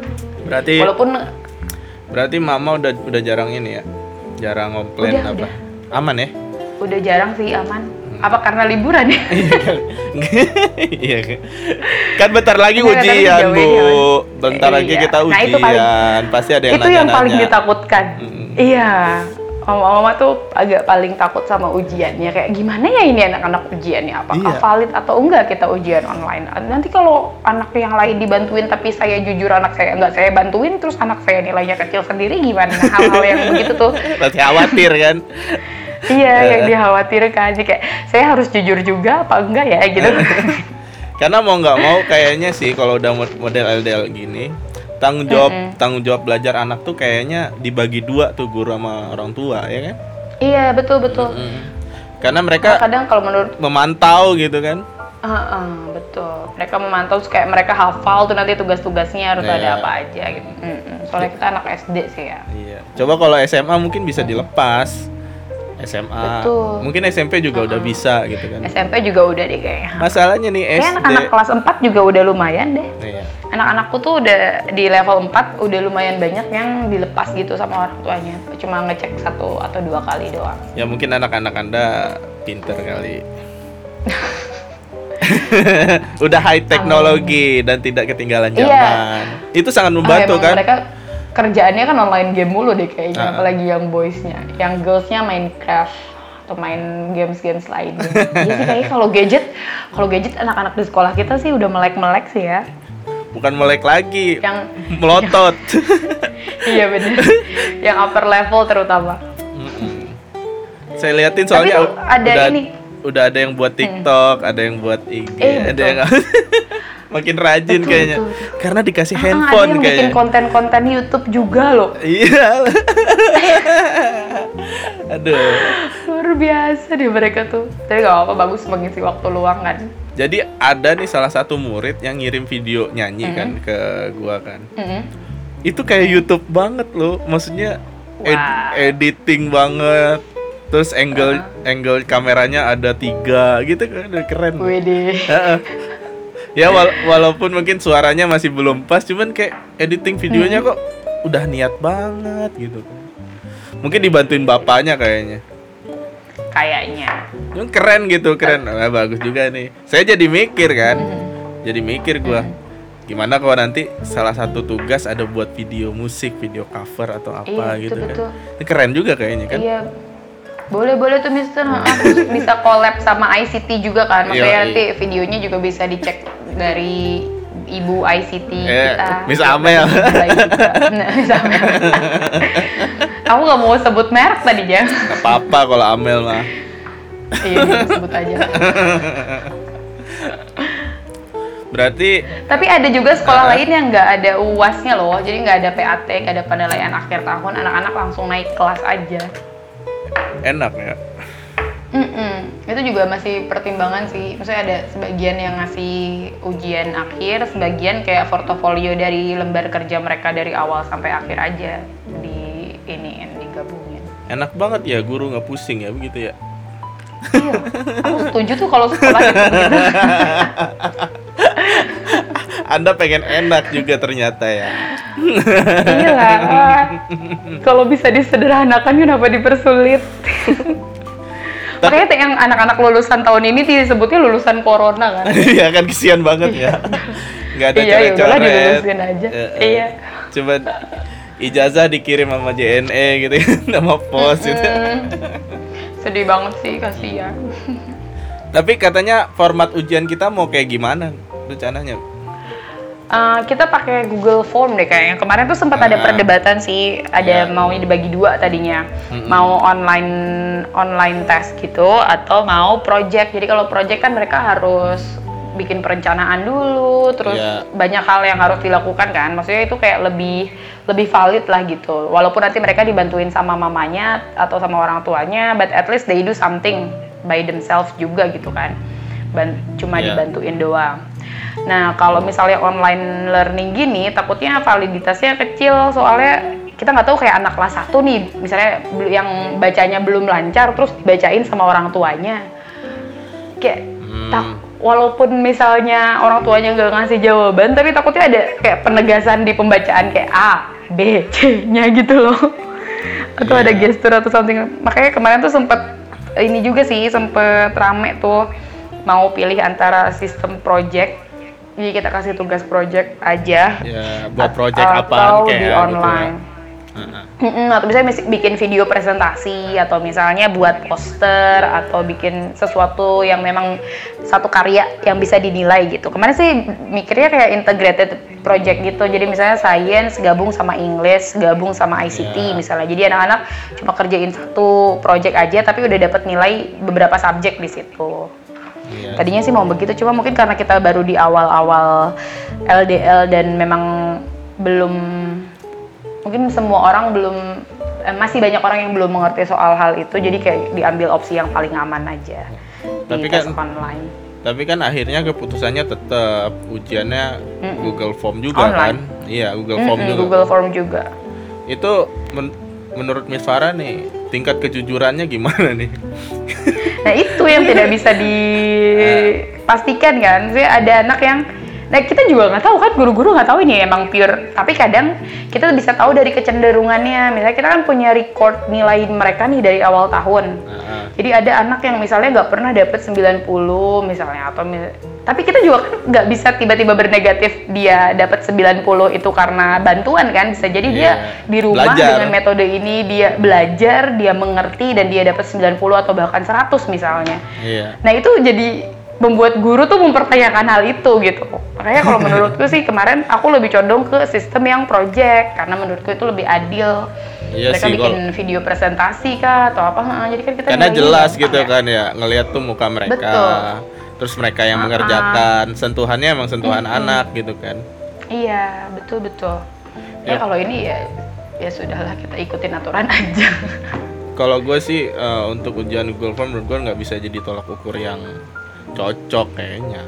[SPEAKER 2] Berarti mama udah jarang ini ya, jarang komplain apa? Aman ya?
[SPEAKER 1] Udah jarang sih, aman. Apa karena liburan ya?
[SPEAKER 2] Iya kan bentar lagi ujian Bu, bentar lagi kita ujian, pasti ada yang nanya-nanya.
[SPEAKER 1] Itu yang paling ditakutkan. Iya. Mama tuh agak paling takut sama ujiannya, kayak gimana ya ini anak-anak ujiannya, apakah valid atau enggak kita ujian online. Nanti kalau anak yang lain dibantuin tapi saya jujur anak saya enggak saya bantuin, terus anak saya nilainya kecil sendiri gimana. Hal-hal yang begitu tuh
[SPEAKER 2] masih khawatir kan.
[SPEAKER 1] Iya, yang dikhawatirkan sih, kayak saya harus jujur juga apa enggak ya gitu.
[SPEAKER 2] Karena mau nggak mau kayaknya sih kalau udah model LDL gini, tanggung jawab belajar anak tuh kayaknya dibagi dua tuh, guru sama orang tua, ya kan?
[SPEAKER 1] Iya, betul.
[SPEAKER 2] Karena mereka
[SPEAKER 1] kadang kalau menurut
[SPEAKER 2] memantau gitu kan.
[SPEAKER 1] Betul. Mereka memantau, kayak mereka hafal tuh nanti tugas-tugasnya harus ada apa aja gitu. Soalnya kita anak SD sih ya.
[SPEAKER 2] Iya. Coba kalau SMA mungkin bisa dilepas. SMA,
[SPEAKER 1] betul.
[SPEAKER 2] Mungkin SMP juga udah bisa gitu kan.
[SPEAKER 1] SMP juga udah deh kayaknya.
[SPEAKER 2] Masalahnya nih SD.
[SPEAKER 1] Anak kelas 4 juga udah lumayan deh.
[SPEAKER 2] Iya.
[SPEAKER 1] Anak-anakku tuh udah di level 4 udah lumayan banyak yang dilepas gitu sama orang tuanya. Cuma ngecek 1 atau 2 kali doang.
[SPEAKER 2] Ya mungkin anak-anak Anda pinter kali. Udah high teknologi dan tidak ketinggalan zaman. Iya. Itu sangat membantu kan?
[SPEAKER 1] Mereka kerjaannya kan online game mulu deh kayaknya, apalagi yang boysnya. Yang girlsnya Minecraft atau main games lainnya. Iya sih, kayaknya kalau gadget anak-anak di sekolah kita sih udah melek sih ya.
[SPEAKER 2] Bukan melek lagi, yang melotot.
[SPEAKER 1] Iya benar. Yang upper level terutama.
[SPEAKER 2] Saya liatin soalnya udah ada yang buat TikTok, ada yang buat IG, ada yang makin rajin kayaknya. Karena dikasih handphone
[SPEAKER 1] ada yang
[SPEAKER 2] kayaknya.
[SPEAKER 1] Bikin konten-konten YouTube juga loh.
[SPEAKER 2] Iya. Aduh.
[SPEAKER 1] Luar biasa deh mereka tuh. Tapi gak apa-apa, bagus mengisi waktu luang kan.
[SPEAKER 2] Jadi ada nih salah satu murid yang ngirim video nyanyi kan ke gua kan. Itu kayak YouTube banget loh. Maksudnya editing banget. Terus angle kameranya ada 3 gitu kan, keren.
[SPEAKER 1] Wede.
[SPEAKER 2] Ya walaupun mungkin suaranya masih belum pas, cuman kayak editing videonya kok udah niat banget gitu. Mungkin dibantuin bapaknya kayaknya. Keren gitu, keren. Bagus juga nih. Saya jadi mikir kan. Jadi mikir gua. Gimana kalau nanti salah satu tugas ada buat video musik, video cover atau apa gitu kan. Ini keren juga kayaknya kan.
[SPEAKER 1] Iya. Boleh tuh Mister. Terus bisa collab sama ICT juga kan. Makanya nanti videonya juga bisa dicek dari Ibu ICT kita.
[SPEAKER 2] Miss Amel.
[SPEAKER 1] Miss Amel. Kamu gak mau sebut merek tadinya?
[SPEAKER 2] Gak apa-apa kalau Amel mah.
[SPEAKER 1] Iya, sebut aja.
[SPEAKER 2] Berarti.
[SPEAKER 1] Tapi ada juga sekolah lain yang nggak ada UAS-nya loh. Jadi nggak ada PAT, nggak ada penilaian akhir tahun. Anak-anak langsung naik kelas aja.
[SPEAKER 2] Enak ya.
[SPEAKER 1] Itu juga masih pertimbangan sih. Maksudnya ada sebagian yang ngasih ujian akhir, sebagian kayak portofolio dari lembar kerja mereka dari awal sampai akhir aja digabungin.
[SPEAKER 2] Enak banget ya, guru nggak pusing ya begitu ya.
[SPEAKER 1] Iya, aku setuju tuh kalau sekolah gitu.
[SPEAKER 2] Anda pengen enak juga ternyata ya.
[SPEAKER 1] Iya lah. Kalau bisa disederhanakan kenapa dipersulit? Makanya yang anak-anak lulusan tahun ini disebutnya lulusan corona kan?
[SPEAKER 2] Iya kan, kesian banget ya. Nggak ada coret-coret.
[SPEAKER 1] Iya, udah dilulusin aja. Iya.
[SPEAKER 2] Coba ijazah dikirim sama JNE gitu, nama pos gitu.
[SPEAKER 1] Sedih banget sih, kasihan.
[SPEAKER 2] Tapi katanya format ujian kita mau kayak gimana rencananya?
[SPEAKER 1] Kita pakai Google Form deh kayaknya. Kemarin tuh sempat ada perdebatan sih, ada maunya dibagi 2 tadinya. Mau online test gitu atau mau project. Jadi kalau project kan mereka harus bikin perencanaan dulu, terus banyak hal yang harus dilakukan kan. Maksudnya itu kayak lebih valid lah gitu. Walaupun nanti mereka dibantuin sama mamanya atau sama orang tuanya, but at least they do something by themselves juga gitu kan. Cuma dibantuin doang. Nah, kalau misalnya online learning gini, takutnya validitasnya kecil, soalnya kita nggak tahu kayak anak kelas 1 nih, misalnya yang bacanya belum lancar, terus dibacain sama orang tuanya. Kayak, walaupun misalnya orang tuanya nggak ngasih jawaban, tapi takutnya ada kayak penegasan di pembacaan kayak A, B, C-nya gitu loh. Atau ada gestur atau something. Makanya kemarin tuh sempet rame tuh, mau pilih antara sistem project. Jadi kita kasih tugas project aja.
[SPEAKER 2] Ya, buat project apaan kayak
[SPEAKER 1] di online. Gitu ya. Atau bisa bikin video presentasi, atau misalnya buat poster, atau bikin sesuatu yang memang satu karya yang bisa dinilai gitu. Kemarin sih mikirnya kayak integrated project gitu. Jadi misalnya science gabung sama English, gabung sama ICT misalnya. Jadi anak-anak cuma kerjain satu project aja, tapi udah dapat nilai beberapa subjek di situ. Tadinya sih mau begitu, cuma mungkin karena kita baru di awal-awal LDL dan memang mungkin semua orang masih banyak orang yang belum mengerti soal hal itu, jadi kayak diambil opsi yang paling aman aja.
[SPEAKER 2] Tapi kan online. Tapi kan akhirnya keputusannya tetap ujiannya Google Form juga online. Kan? Iya, Google Form juga.
[SPEAKER 1] Google Form juga.
[SPEAKER 2] Itu menurut Miss Farah nih, tingkat kejujurannya gimana nih?
[SPEAKER 1] Nah itu yang tidak bisa dipastikan kan. Jadi ada anak yang, nah kita juga nggak tahu kan, guru-guru nggak tahu ini emang pure. Tapi kadang kita bisa tahu dari kecenderungannya. Misalnya kita kan punya record nilai mereka nih dari awal tahun. Jadi ada anak yang misalnya nggak pernah dapet 90 misalnya, tapi kita juga kan nggak bisa tiba-tiba bernegatif dia dapat 90 itu karena bantuan kan. Bisa jadi dia di rumah dengan metode ini dia belajar, dia mengerti, dan dia dapat 90 atau bahkan 100 misalnya. Nah itu jadi membuat guru tuh mempertanyakan hal itu gitu. Makanya kalau menurutku sih kemarin aku lebih condong ke sistem yang project, karena menurutku itu lebih adil. Mereka bikin video presentasi kah atau apa, jadi kan kita
[SPEAKER 2] karena jelas gitu kan ya, ngelihat tuh muka mereka. Betul. Terus mereka yang mengerjakan, sentuhannya emang sentuhan anak gitu kan.
[SPEAKER 1] Iya, betul. Kalau ini ya sudahlah, kita ikutin aturan aja.
[SPEAKER 2] Kalau gue sih untuk ujian Google Form menurut gue nggak bisa jadi tolak ukur yang cocok kayaknya.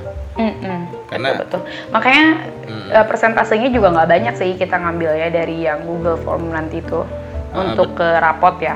[SPEAKER 2] Karena
[SPEAKER 1] betul. Makanya persentasenya juga nggak banyak sih kita ngambil ya dari yang Google Form nanti itu untuk ke rapot ya.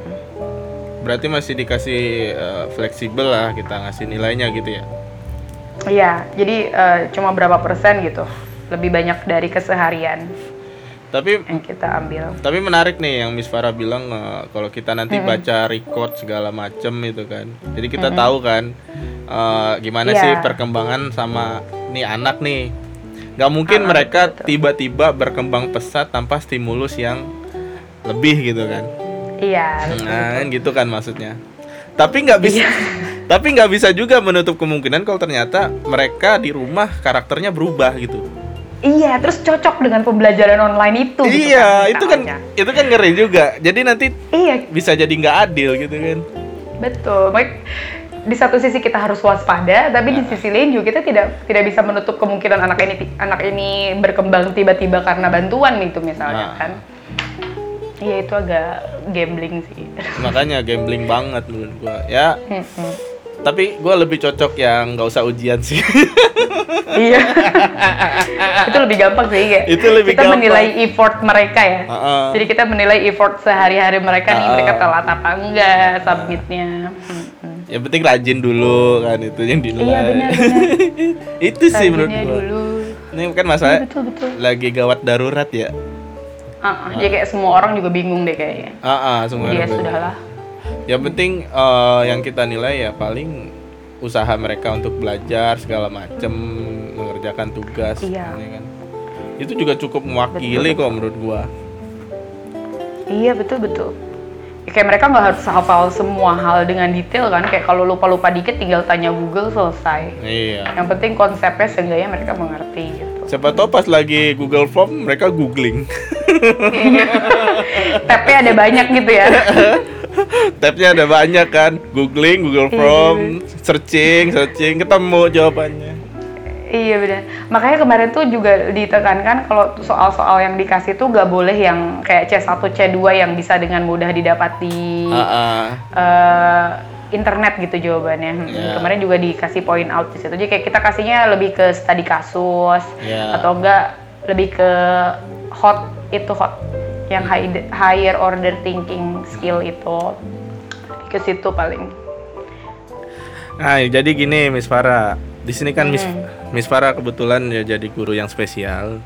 [SPEAKER 2] Berarti masih dikasih fleksibel lah kita ngasih nilainya gitu ya?
[SPEAKER 1] Iya, jadi cuma berapa persen gitu, lebih banyak dari keseharian.
[SPEAKER 2] Tapi
[SPEAKER 1] yang kita ambil.
[SPEAKER 2] Tapi menarik nih yang Miss Farah bilang kalau kita nanti baca record segala macem itu kan. Jadi kita tahu kan gimana sih perkembangan sama nih anak nih. Gak mungkin mereka tiba-tiba berkembang pesat tanpa stimulus yang lebih gitu kan.
[SPEAKER 1] Iya.
[SPEAKER 2] Nah, gitu kan maksudnya. Tapi nggak bisa. Tapi nggak bisa juga menutup kemungkinan kalau ternyata mereka di rumah karakternya berubah gitu.
[SPEAKER 1] Iya, terus cocok dengan pembelajaran online itu.
[SPEAKER 2] Iya, gitu kan, itu kan ngeri juga. Jadi nanti bisa jadi nggak adil gitu kan.
[SPEAKER 1] Betul. Di satu sisi kita harus waspada, tapi di sisi lain juga kita tidak bisa menutup kemungkinan anak ini berkembang tiba-tiba karena bantuan itu misalnya kan. Iya, itu agak gambling sih.
[SPEAKER 2] Makanya gambling banget menurut gua. Ya. Tapi gue lebih cocok yang nggak usah ujian sih.
[SPEAKER 1] Iya. Itu lebih gampang sih kayak.
[SPEAKER 2] Itu lebih
[SPEAKER 1] kita
[SPEAKER 2] gampang.
[SPEAKER 1] menilai effort mereka ya. Jadi kita menilai effort sehari-hari mereka nih, mereka telat apa enggak submitnya.
[SPEAKER 2] Yang penting rajin dulu kan, itu yang dinilai.
[SPEAKER 1] Iya benar.
[SPEAKER 2] Itu sih menurut gue. Ini kan masalah
[SPEAKER 1] betul.
[SPEAKER 2] lagi gawat darurat ya.
[SPEAKER 1] Jadi kayak semua orang juga bingung deh kayaknya.
[SPEAKER 2] Semua.
[SPEAKER 1] Dia sudahlah.
[SPEAKER 2] Yang penting yang kita nilai ya paling usaha mereka untuk belajar segala macem, mengerjakan tugas.
[SPEAKER 1] Iya.
[SPEAKER 2] Kan. Itu juga cukup mewakili kok menurut gua.
[SPEAKER 1] Iya betul. Ya, kayak mereka nggak harus hafal semua hal dengan detail kan, kayak kalau lupa dikit tinggal tanya Google selesai.
[SPEAKER 2] Iya.
[SPEAKER 1] Yang penting konsepnya seenggaknya mereka mengerti gitu.
[SPEAKER 2] Siapa tahu pas lagi Google Form mereka googling.
[SPEAKER 1] Tab-nya ada banyak gitu ya.
[SPEAKER 2] Tab-nya ada banyak kan, googling, Google Form, searching, ketemu jawabannya.
[SPEAKER 1] Iya benar. Makanya kemarin tuh juga ditekankan kalau soal-soal yang dikasih tuh gak boleh yang kayak C1, C2 yang bisa dengan mudah didapat di internet gitu jawabannya. Kemarin juga dikasih point out di situ. Jadi kayak kita kasihnya lebih ke studi kasus atau enggak lebih ke hot yang higher order thinking skill itu ke situ paling.
[SPEAKER 2] Nah, jadi gini Miss Farah. Di sini kan Miss Farah kebetulan ya jadi guru yang spesial.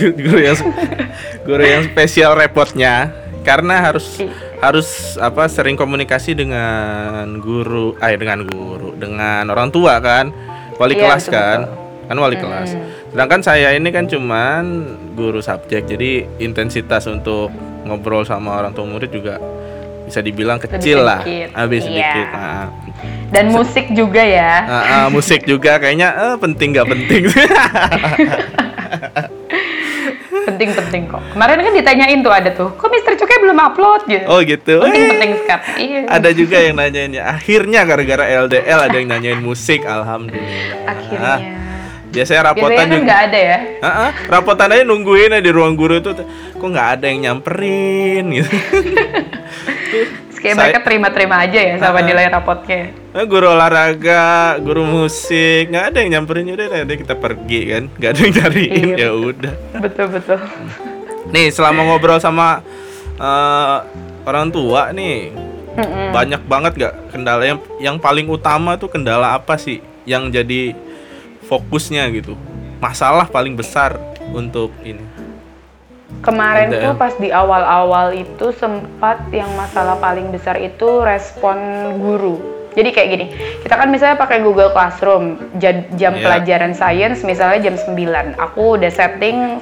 [SPEAKER 2] guru yang spesial repotnya karena harus sering komunikasi dengan dengan orang tua kan. Wali kelas betul, kan. Betul. Kan wali kelas. Sedangkan saya ini kan cuman guru subjek. Jadi intensitas untuk ngobrol sama orang tua murid juga bisa dibilang kecil lah. Habis sedikit. Nah.
[SPEAKER 1] Dan musik juga ya.
[SPEAKER 2] Musik juga kayaknya penting gak penting.
[SPEAKER 1] Penting kok. Kemarin kan ditanyain tuh ada tuh, kok Mr. Cukai belum upload gitu.
[SPEAKER 2] Oh gitu.
[SPEAKER 1] Penting sekali. Iya.
[SPEAKER 2] Ada juga yang nanyain ya. Akhirnya gara-gara LDL ada yang nanyain musik, alhamdulillah.
[SPEAKER 1] Akhirnya.
[SPEAKER 2] Biasanya rapotan
[SPEAKER 1] kan
[SPEAKER 2] juga
[SPEAKER 1] nggak ada ya.
[SPEAKER 2] Rapotan aja nungguin di ruang guru itu. Kok nggak ada yang nyamperin gitu.
[SPEAKER 1] Kayak mereka terima-terima aja ya sama nilai rapotnya.
[SPEAKER 2] Guru olahraga, guru musik, nggak ada yang nyamperin, udah kita pergi kan, nggak ada yang cariin, ya udah.
[SPEAKER 1] Betul.
[SPEAKER 2] Nih selama ngobrol sama orang tua nih, banyak banget nggak kendala yang paling utama tuh kendala apa sih yang jadi fokusnya gitu, masalah paling besar untuk ini?
[SPEAKER 1] Kemarin tuh pas di awal-awal itu sempat yang masalah paling besar itu respon guru. Jadi kayak gini, kita kan misalnya pakai Google Classroom, jam pelajaran sains misalnya jam 9. Aku udah setting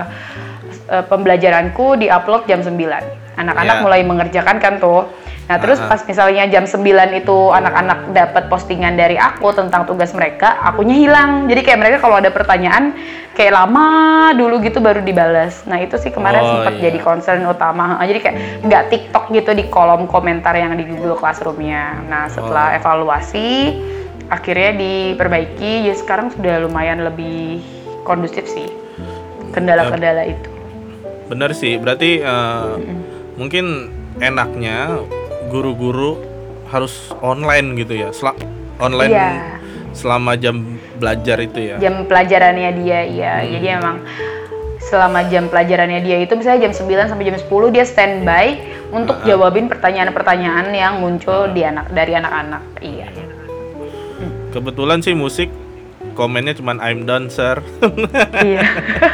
[SPEAKER 1] pembelajaranku di-upload jam 9. Anak-anak mulai mengerjakan kan tuh. Nah terus pas misalnya jam 9 itu anak-anak dapat postingan dari aku tentang tugas mereka, akunya hilang. Jadi kayak mereka kalau ada pertanyaan kayak lama dulu gitu baru dibalas. Nah itu sih kemarin sempat jadi concern utama. Jadi kayak nggak TikTok gitu di kolom komentar yang di Google Classroom-nya. Nah setelah evaluasi akhirnya diperbaiki. Ya sekarang sudah lumayan lebih kondusif sih kendala-kendala itu.
[SPEAKER 2] Bener sih, berarti mungkin enaknya guru-guru harus online gitu ya, online selama jam belajar itu ya. Jam
[SPEAKER 1] pelajarannya dia, Jadi emang selama jam pelajarannya dia itu misalnya jam 9 sampai jam 10 dia standby untuk jawabin pertanyaan-pertanyaan yang muncul dari anak-anak. Iya.
[SPEAKER 2] Kebetulan sih musik komennya cuman I'm done sir. Iya.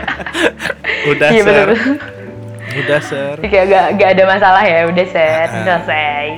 [SPEAKER 2] Udah sir. Bener-bener. Udah sir.
[SPEAKER 1] Kayak gak ada masalah ya, udah sir, selesai.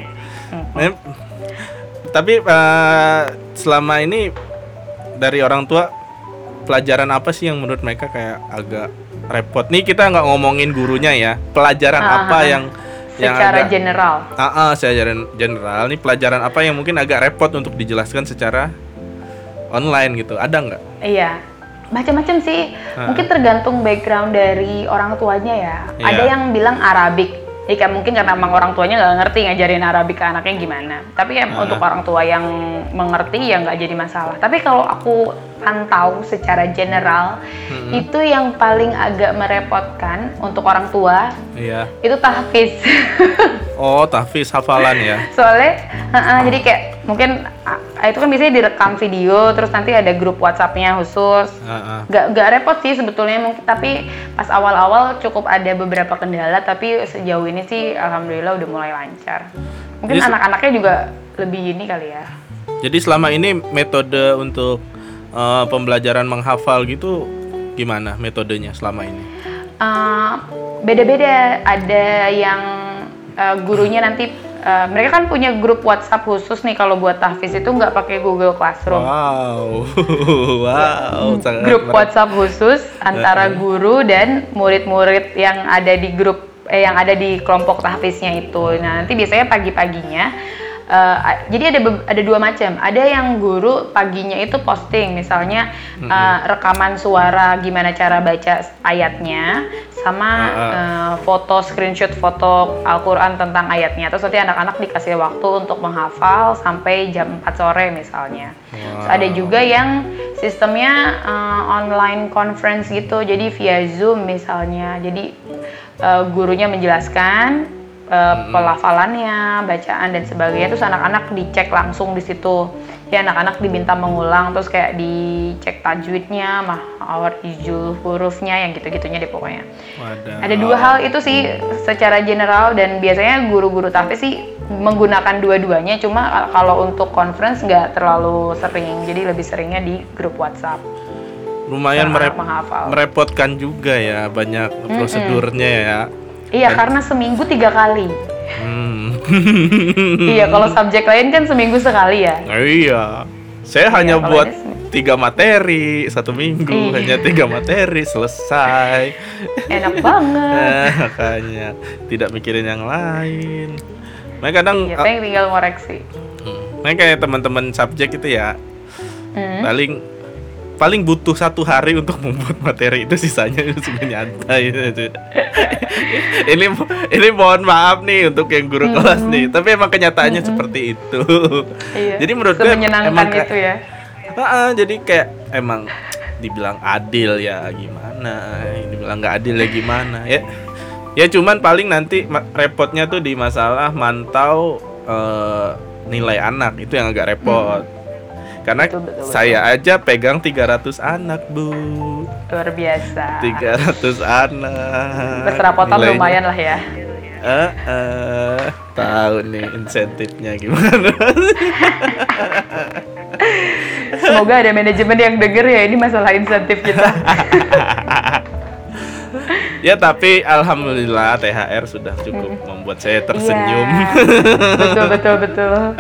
[SPEAKER 2] Tapi selama ini dari orang tua pelajaran apa sih yang menurut mereka kayak agak repot? Nih kita nggak ngomongin gurunya ya, pelajaran apa yang
[SPEAKER 1] secara agak, general.
[SPEAKER 2] Secara general. Nih pelajaran apa yang mungkin agak repot untuk dijelaskan secara online gitu? Ada nggak?
[SPEAKER 1] Iya. Macam-macam sih, mungkin tergantung background dari orang tuanya ya. Ada yang bilang Arabik, jadi kan mungkin karena emang orang tuanya nggak ngerti ngajarin Arabik ke anaknya gimana. Tapi ya untuk orang tua yang mengerti ya nggak jadi masalah. Tapi kalau aku pantau secara general, itu yang paling agak merepotkan untuk orang tua, itu tahfiz.
[SPEAKER 2] Oh, tahfiz hafalan ya.
[SPEAKER 1] Soalnya, jadi kayak mungkin itu kan biasanya direkam video, terus nanti ada grup WhatsApp-nya khusus. Gak repot sih sebetulnya, mungkin tapi pas awal-awal cukup ada beberapa kendala, tapi sejauh ini sih alhamdulillah udah mulai lancar. Mungkin anak-anaknya juga lebih ini kali ya.
[SPEAKER 2] Jadi selama ini metode untuk pembelajaran menghafal gitu gimana metodenya selama ini?
[SPEAKER 1] Beda-beda, ada yang gurunya nanti mereka kan punya grup WhatsApp khusus nih kalau buat tahfiz itu nggak pakai Google Classroom.
[SPEAKER 2] Wow.
[SPEAKER 1] Grup WhatsApp khusus antara guru dan murid-murid yang ada di grup yang ada di kelompok tahfiznya itu. Nah nanti biasanya pagi-paginya. Jadi ada dua macam. Ada yang guru paginya itu posting, misalnya rekaman suara gimana cara baca ayatnya, sama foto, screenshot foto Al-Quran tentang ayatnya. Terus nanti anak-anak dikasih waktu untuk menghafal sampai jam 4 sore misalnya. Terus ada juga yang sistemnya online conference gitu, jadi via Zoom misalnya. Jadi gurunya menjelaskan pelafalannya, bacaan dan sebagainya. Terus anak-anak dicek langsung di situ. Ya anak-anak diminta mengulang, terus kayak dicek tajwidnya, makharijul hurufnya, yang gitu-gitunya deh pokoknya. Ada dua hal itu sih secara general, dan biasanya guru-guru tahfiz sih menggunakan dua-duanya. Cuma kalau untuk conference nggak terlalu sering, jadi lebih seringnya di grup WhatsApp.
[SPEAKER 2] Lumayan merepotkan juga ya, banyak prosedurnya ya.
[SPEAKER 1] Iya, karena seminggu 3 kali. Iya, kalau subjek lain kan seminggu sekali ya.
[SPEAKER 2] Iya, saya hanya buat 3 materi 1 minggu, hanya 3 materi selesai.
[SPEAKER 1] Enak banget.
[SPEAKER 2] Makanya tidak mikirin yang lain. Makanya kadang
[SPEAKER 1] tinggal ngoreksi.
[SPEAKER 2] Makanya kayak teman-teman subjek itu ya, paling butuh 1 hari untuk membuat materi, itu sisanya sudah nyantai. ini mohon maaf nih untuk yang guru kelas nih, tapi emang kenyataannya seperti itu.
[SPEAKER 1] Iya,
[SPEAKER 2] jadi menurut gue
[SPEAKER 1] emang itu ya.
[SPEAKER 2] Jadi kayak emang dibilang adil ya gimana, dibilang nggak adil ya gimana ya. Ya cuman paling nanti repotnya tuh di masalah mantau nilai anak, itu yang agak repot. Karena betul. Saya aja pegang 300 anak, Bu.
[SPEAKER 1] Luar biasa.
[SPEAKER 2] 300 anak.
[SPEAKER 1] Keserapotan lumayan lah ya.
[SPEAKER 2] Tahu nih insentifnya gimana.
[SPEAKER 1] Semoga ada manajemen yang denger ya, ini masalah insentif kita.
[SPEAKER 2] Ya tapi alhamdulillah THR sudah cukup membuat saya tersenyum.
[SPEAKER 1] Iya, betul.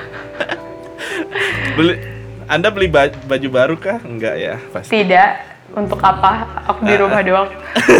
[SPEAKER 2] Anda beli baju baru kah? Enggak ya, pasti.
[SPEAKER 1] Tidak. Untuk apa? Aku di rumah doang.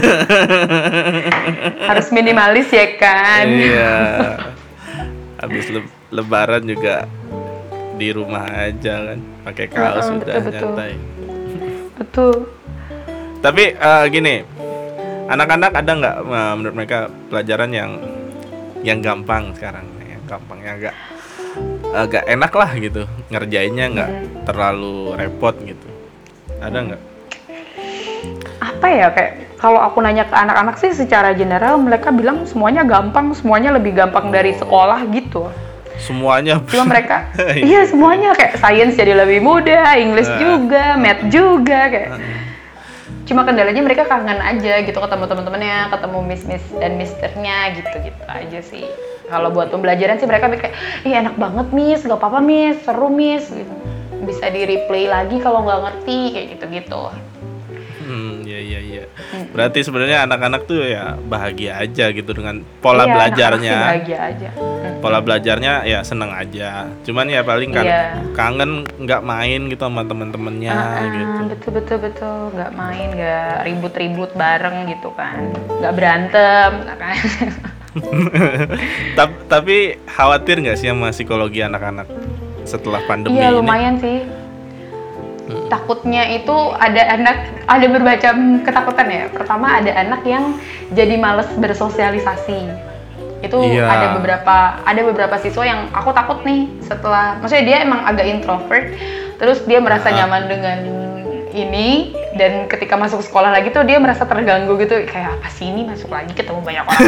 [SPEAKER 1] Harus minimalis ya kan?
[SPEAKER 2] Iya. Habis lebaran juga di rumah aja kan, pakai kaos sudah nyantai.
[SPEAKER 1] Betul.
[SPEAKER 2] Tapi gini, anak-anak ada nggak menurut mereka pelajaran yang gampang sekarang, yang gampang, yang agak enak lah gitu, ngerjainnya nggak terlalu repot gitu, ada nggak?
[SPEAKER 1] Apa ya, kayak kalau aku nanya ke anak-anak sih secara general mereka bilang semuanya gampang, semuanya lebih gampang dari sekolah gitu.
[SPEAKER 2] Semuanya?
[SPEAKER 1] Cuma mereka, iya semuanya kayak science jadi lebih mudah, English juga, math juga kayak. Cuma kendalanya mereka kangen aja gitu ketemu teman-temannya, ketemu miss dan misternya gitu aja sih. Kalau buat pembelajaran sih mereka kayak, ih enak banget miss, gak apa-apa miss, seru miss gitu. Bisa di replay lagi kalau nggak ngerti kayak gitu.
[SPEAKER 2] Iya. Berarti sebenarnya anak-anak tuh ya bahagia aja gitu dengan pola belajarnya.
[SPEAKER 1] Iya, bahagia aja.
[SPEAKER 2] Pola belajarnya ya seneng aja. Cuman ya paling kan kangen nggak main gitu sama temen-temennya gitu.
[SPEAKER 1] Betul. Nggak main, nggak ribut-ribut bareng gitu kan. Nggak berantem, kan.
[SPEAKER 2] Tapi khawatir nggak sih sama psikologi anak-anak setelah pandemi ini?
[SPEAKER 1] Iya lumayan sih. Takutnya itu ada bermacam ketakutan ya. Pertama ada anak yang jadi malas bersosialisasi. Itu ada beberapa siswa yang aku takut nih setelah, maksudnya dia emang agak introvert, terus dia merasa nyaman dengan ini, dan ketika masuk sekolah lagi tuh dia merasa terganggu gitu, kayak apa sih ini masuk lagi ketemu banyak orang.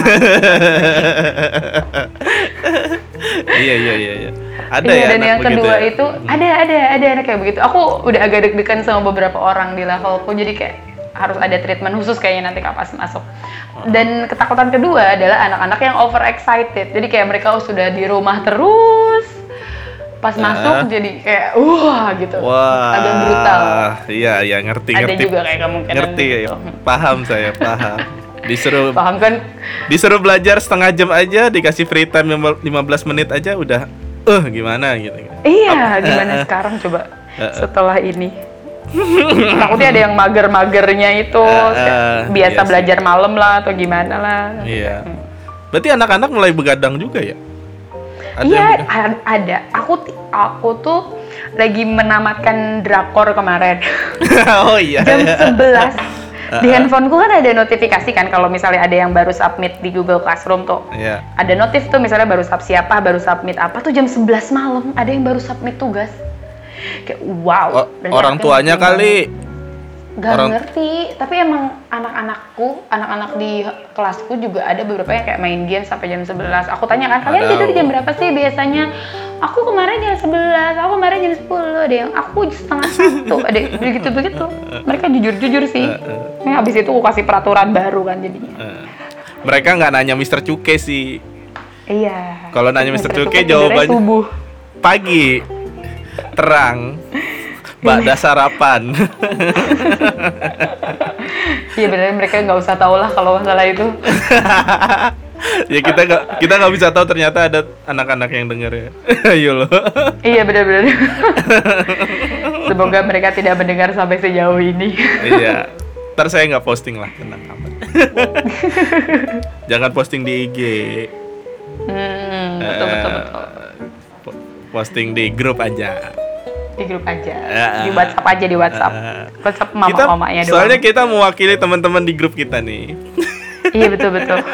[SPEAKER 2] Iya. Ada
[SPEAKER 1] ya. Dan
[SPEAKER 2] yang
[SPEAKER 1] kedua
[SPEAKER 2] ya?
[SPEAKER 1] itu ada anak kayak begitu. Aku udah agak deg-degan sama beberapa orang di levelku, jadi kayak harus ada treatment khusus kayaknya nanti pas masuk. Dan ketakutan kedua adalah anak-anak yang over excited. Jadi kayak mereka sudah di rumah terus, pas masuk jadi kayak gitu.
[SPEAKER 2] Wah,
[SPEAKER 1] agak brutal.
[SPEAKER 2] Iya, ngerti.
[SPEAKER 1] Ada juga kayak kemungkinan
[SPEAKER 2] ngerti
[SPEAKER 1] gitu.
[SPEAKER 2] Paham.
[SPEAKER 1] Paham kan?
[SPEAKER 2] Disuruh belajar setengah jam aja, dikasih free time 15 menit aja udah gimana gitu.
[SPEAKER 1] Iya, gimana sekarang coba setelah ini. Takutnya ada yang mager-magernya itu biasa belajar malam lah atau gimana lah.
[SPEAKER 2] Iya. Berarti anak-anak mulai begadang juga ya?
[SPEAKER 1] Ada. Aku tuh lagi menamatkan drakor kemarin.
[SPEAKER 2] Oh iya.
[SPEAKER 1] Jam 11 Di handphoneku kan ada notifikasi kan kalau misalnya ada yang baru submit di Google Classroom tuh.
[SPEAKER 2] Iya.
[SPEAKER 1] Ada notif tuh misalnya baru siapa, baru submit apa tuh jam 11 malam ada yang baru submit tugas. Kayak wow.
[SPEAKER 2] Orang tuanya kali
[SPEAKER 1] Gak ngerti, tapi emang anak-anak di kelasku juga ada beberapa yang kayak main game sampai jam 11. Aku tanya kan, kalian tidur jam berapa sih biasanya? Aku kemarin jam 11, aku kemarin jam 10, ada yang aku setengah 1, ada begitu-begitu. Mereka jujur-jujur sih. Ini habis itu aku kasih peraturan baru kan jadinya.
[SPEAKER 2] Mereka nggak nanya Mr. Cuke sih.
[SPEAKER 1] Iya.
[SPEAKER 2] Kalau nanya Mr. Cuke jawabannya
[SPEAKER 1] subuh.
[SPEAKER 2] Pagi, terang. Bada sarapan.
[SPEAKER 1] Iya benar, mereka nggak usah tahu lah kalau masalah itu.
[SPEAKER 2] Ya kita nggak bisa tahu ternyata ada anak-anak yang denger ya. Ayo loh.
[SPEAKER 1] Iya benar-benar. Semoga mereka tidak mendengar sampai sejauh ini.
[SPEAKER 2] Iya. Ntar saya nggak posting lah, tenang aman. Jangan posting di IG.
[SPEAKER 1] Betul.
[SPEAKER 2] Posting di grup aja.
[SPEAKER 1] Di grup aja, di WhatsApp aja, di WhatsApp mama-mamanya doang.
[SPEAKER 2] Soalnya kita mewakili teman-teman di grup kita nih.
[SPEAKER 1] Iya betul.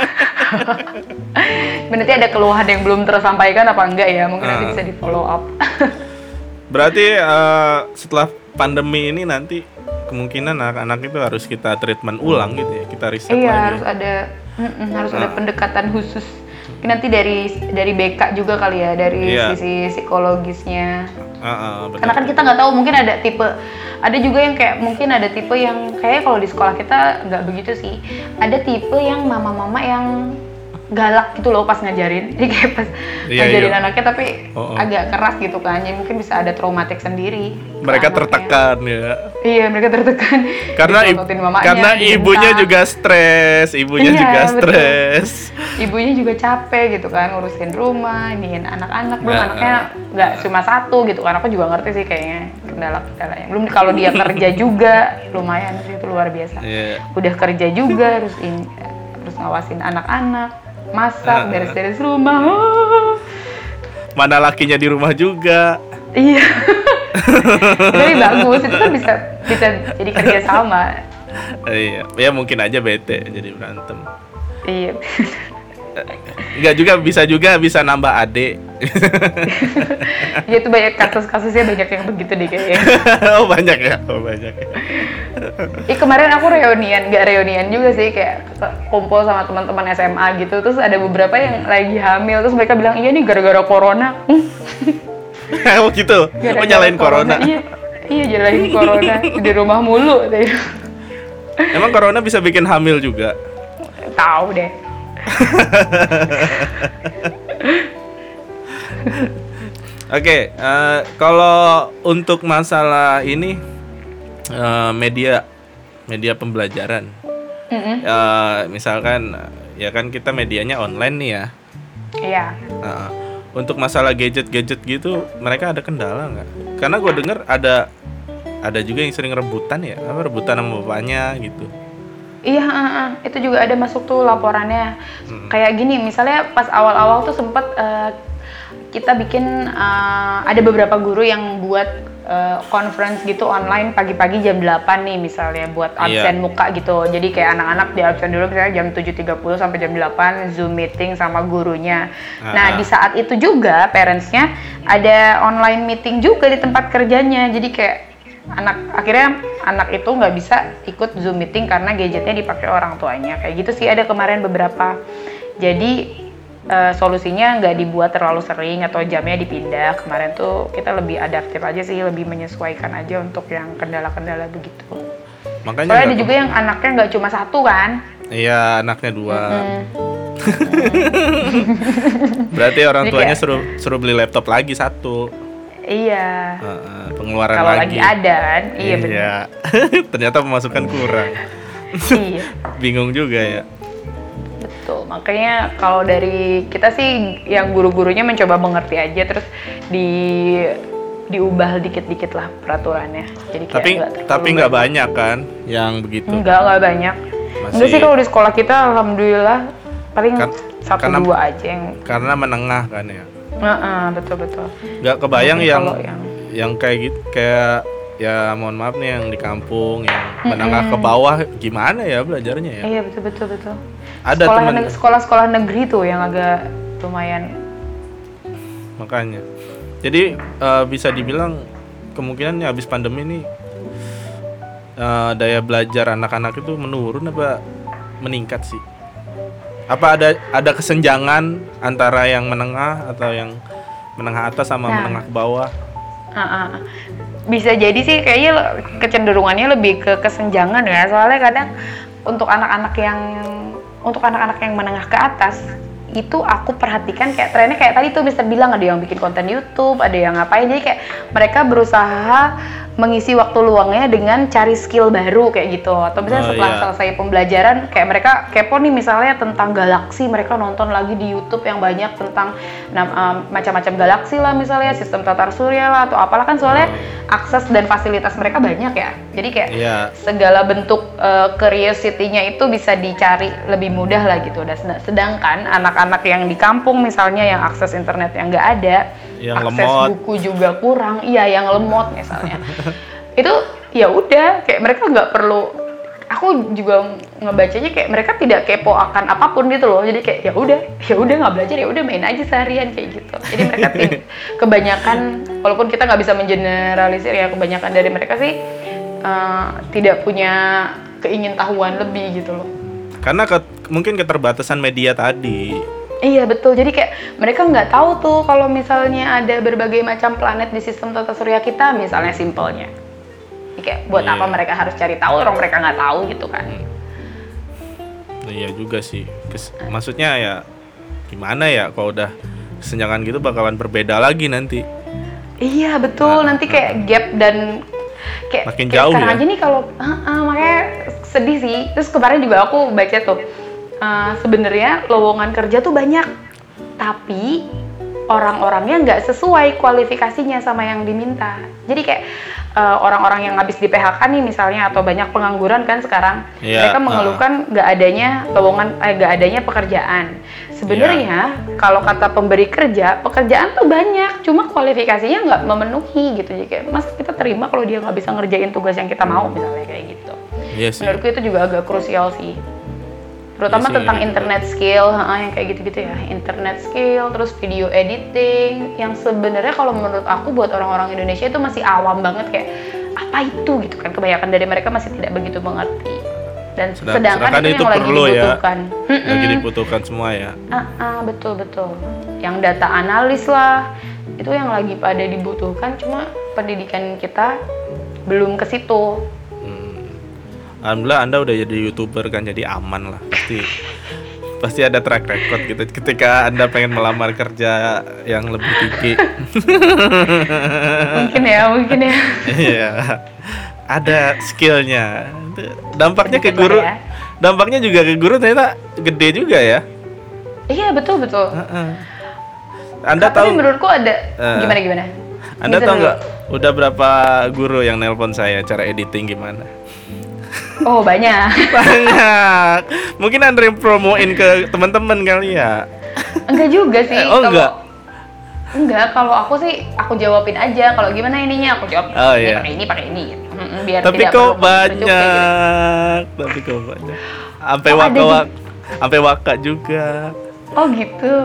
[SPEAKER 1] Berarti ada keluhan yang belum tersampaikan apa enggak ya? Mungkin nanti bisa di follow up.
[SPEAKER 2] Berarti setelah pandemi ini nanti kemungkinan anak-anak itu harus kita treatment ulang gitu ya, kita riset lagi.
[SPEAKER 1] Iya harus ada pendekatan khusus. Mungkin nanti dari BK juga kali ya, dari sisi psikologisnya. Karena kan kita nggak tahu, mungkin ada juga yang kayak mungkin ada tipe yang kayak kalau di sekolah kita nggak begitu sih. Ada tipe yang mama-mama yang galak gitu loh pas ngajarin, jadi kayak pas ngajarin anaknya tapi agak keras gitu kan, jadi mungkin bisa ada traumatik sendiri.
[SPEAKER 2] Mereka tertekan ya.
[SPEAKER 1] Iya, mereka tertekan.
[SPEAKER 2] Karena ibunya juga stres, ibunya
[SPEAKER 1] juga capek gitu kan, ngurusin rumah, iniin anak-anak, belum anaknya nggak cuma satu gitu kan. Aku juga ngerti sih kayaknya kendala-kendalanya. Belum kalau dia kerja juga lumayan sih, itu luar biasa. Udah kerja juga harus ngawasin anak-anak, masak, beres-beres rumah.
[SPEAKER 2] Mana lakinya di rumah juga.
[SPEAKER 1] Iya. Tapi bagus, itu kan bisa jadi kerja sama.
[SPEAKER 2] Iya, ya mungkin aja bete jadi berantem.
[SPEAKER 1] Iya.
[SPEAKER 2] Bisa nambah adik.
[SPEAKER 1] Ya itu banyak kasusnya banyak yang begitu deh kayaknya.
[SPEAKER 2] banyak ya.
[SPEAKER 1] Kemarin aku nggak reunian juga sih, kayak kumpul sama teman-teman SMA gitu, terus ada beberapa yang lagi hamil, terus mereka bilang iya nih gara-gara corona.
[SPEAKER 2] Oh gitu, nyalain corona.
[SPEAKER 1] Iya nyalain corona, di rumah mulu.
[SPEAKER 2] Emang corona bisa bikin hamil juga?
[SPEAKER 1] Tahu deh.
[SPEAKER 2] Oke, kalau untuk masalah ini media pembelajaran, misalkan ya kan kita medianya online nih ya. Iya. Untuk masalah gadget gitu, mereka ada kendala nggak? Karena gue dengar ada juga yang sering rebutan sama bapaknya gitu.
[SPEAKER 1] Iya, itu juga ada masuk tuh laporannya. Kayak gini, misalnya pas awal-awal tuh sempet kita bikin ada beberapa guru yang buat conference gitu online pagi-pagi jam 8 nih misalnya buat absen muka gitu. Jadi kayak anak-anak di absen dulu misalnya jam 7.30 sampai jam 8 Zoom meeting sama gurunya. Nah, di saat itu juga parentsnya ada online meeting juga di tempat kerjanya. Jadi kayak akhirnya anak itu nggak bisa ikut Zoom meeting karena gadgetnya dipakai orang tuanya. Kayak gitu sih ada kemarin beberapa. Jadi solusinya nggak dibuat terlalu sering atau jamnya dipindah. Kemarin tuh kita lebih adaptif aja sih, lebih menyesuaikan aja untuk yang kendala-kendala begitu. Makanya soalnya ada juga yang anaknya nggak cuma satu kan?
[SPEAKER 2] Iya, anaknya 2. Berarti orang tuanya suruh beli laptop lagi 1.
[SPEAKER 1] Iya.
[SPEAKER 2] Pengeluaran
[SPEAKER 1] kalau
[SPEAKER 2] lagi
[SPEAKER 1] ada kan? Iya benar.
[SPEAKER 2] Ternyata pemasukan kurang.
[SPEAKER 1] Iya.
[SPEAKER 2] Bingung juga ya.
[SPEAKER 1] Betul, makanya kalau dari kita sih yang guru-gurunya mencoba mengerti aja, terus diubah dikit-dikit lah peraturannya. Jadi kayak
[SPEAKER 2] tapi nggak banyak kan yang begitu?
[SPEAKER 1] Nggak banyak. Enggak sih, kalau di sekolah kita alhamdulillah paling 1-2 aja yang.
[SPEAKER 2] Karena menengah kan ya.
[SPEAKER 1] Betul.
[SPEAKER 2] Nggak kebayang yang kayak gitu, kayak ya mohon maaf nih yang di kampung, yang menengah ke bawah gimana ya belajarnya ya?
[SPEAKER 1] Iya betul.
[SPEAKER 2] Ada teman
[SPEAKER 1] Sekolah-sekolah negeri tuh yang agak lumayan.
[SPEAKER 2] Makanya. Jadi bisa dibilang kemungkinannya habis pandemi ini daya belajar anak-anak itu menurun apa meningkat sih? Apa ada kesenjangan antara yang menengah atau yang menengah atas sama menengah ke bawah?
[SPEAKER 1] Bisa jadi sih kayaknya kecenderungannya lebih ke kesenjangan ya. Soalnya kadang untuk anak-anak yang menengah ke atas itu aku perhatikan kayak trennya kayak tadi tuh Mister bilang, ada yang bikin konten YouTube, ada yang ngapain, jadi kayak mereka berusaha mengisi waktu luangnya dengan cari skill baru kayak gitu. Atau misalnya setelah selesai pembelajaran kayak mereka kepo nih misalnya tentang galaksi, mereka nonton lagi di YouTube yang banyak tentang macam-macam galaksi lah, misalnya sistem tata surya lah atau apalah, kan soalnya akses dan fasilitas mereka banyak ya. Jadi kayak segala bentuk curiosity-nya itu bisa dicari lebih mudah lah gitu. Dan sedangkan anak-anak yang di kampung misalnya yang akses internet yang nggak ada,
[SPEAKER 2] yang
[SPEAKER 1] akses
[SPEAKER 2] lemot,
[SPEAKER 1] buku juga kurang, yang lemot misalnya. Itu ya udah kayak mereka nggak perlu, aku juga ngebacanya kayak mereka tidak kepo akan apapun gitu loh. Jadi kayak ya udah nggak belajar, ya udah main aja seharian kayak gitu. Jadi mereka kebanyakan, walaupun kita nggak bisa mengeneralisir ya, kebanyakan dari mereka sih tidak punya keingintahuan lebih gitu loh.
[SPEAKER 2] Karena mungkin keterbatasan media tadi.
[SPEAKER 1] Iya betul, jadi kayak mereka nggak tahu tuh kalau misalnya ada berbagai macam planet di sistem tata surya kita, misalnya simpelnya. Jadi kayak buat apa mereka harus cari tahu, orang mereka nggak tahu gitu kan.
[SPEAKER 2] Iya juga sih, maksudnya ya gimana ya, kalau udah kesenjangan gitu bakalan berbeda lagi nanti.
[SPEAKER 1] Iya betul, nanti kayak gap dan kayak
[SPEAKER 2] makin jauh
[SPEAKER 1] sekarang
[SPEAKER 2] ya.
[SPEAKER 1] Aja nih kalau makanya sedih sih. Terus kemarin juga aku baca tuh, sebenarnya lowongan kerja tuh banyak, tapi orang-orangnya nggak sesuai kualifikasinya sama yang diminta. Jadi kayak orang-orang yang habis di PHK nih misalnya, atau banyak pengangguran kan sekarang, mereka mengeluhkan nggak adanya pekerjaan. Sebenarnya kalau kata pemberi kerja, pekerjaan tuh banyak, cuma kualifikasinya nggak memenuhi gitu. Jadi kayak mas kita terima kalau dia nggak bisa ngerjain tugas yang kita mau misalnya kayak gitu. Menurutku itu juga agak krusial sih. Terutama tentang internet skill, yang kayak gitu-gitu ya, internet skill, terus video editing, yang sebenarnya kalau menurut aku buat orang-orang Indonesia itu masih awam banget, kayak apa itu gitu kan, kebanyakan dari mereka masih tidak begitu mengerti. Dan sedangkan itu yang lagi dibutuhkan.
[SPEAKER 2] Lagi dibutuhkan semua ya.
[SPEAKER 1] Betul. Yang data analis lah, itu yang lagi pada dibutuhkan, cuma pendidikan kita belum ke situ.
[SPEAKER 2] Alhamdulillah Anda udah jadi YouTuber kan, jadi aman lah. Pasti ada track record gitu ketika Anda pengen melamar kerja yang lebih tinggi. Mungkin ya. Iya. Ada skillnya. Dampaknya ke guru. Ya. Dampaknya juga ke guru ternyata gede juga ya.
[SPEAKER 1] Iya, betul.
[SPEAKER 2] Anda tahu?
[SPEAKER 1] Tapi menurutku ada gimana?
[SPEAKER 2] Anda tahu nggak? Udah berapa guru yang nelpon saya cara editing gimana?
[SPEAKER 1] Oh banyak.
[SPEAKER 2] Mungkin Andre promoin ke teman-teman kali ya.
[SPEAKER 1] Enggak juga sih.
[SPEAKER 2] Enggak,
[SPEAKER 1] kalau aku sih aku jawabin aja. Kalau gimana ininya aku jawab. Pakai ini gitu. Biar
[SPEAKER 2] tapi
[SPEAKER 1] tidak
[SPEAKER 2] kok banyak. Sampai waka juga.
[SPEAKER 1] Oh gitu.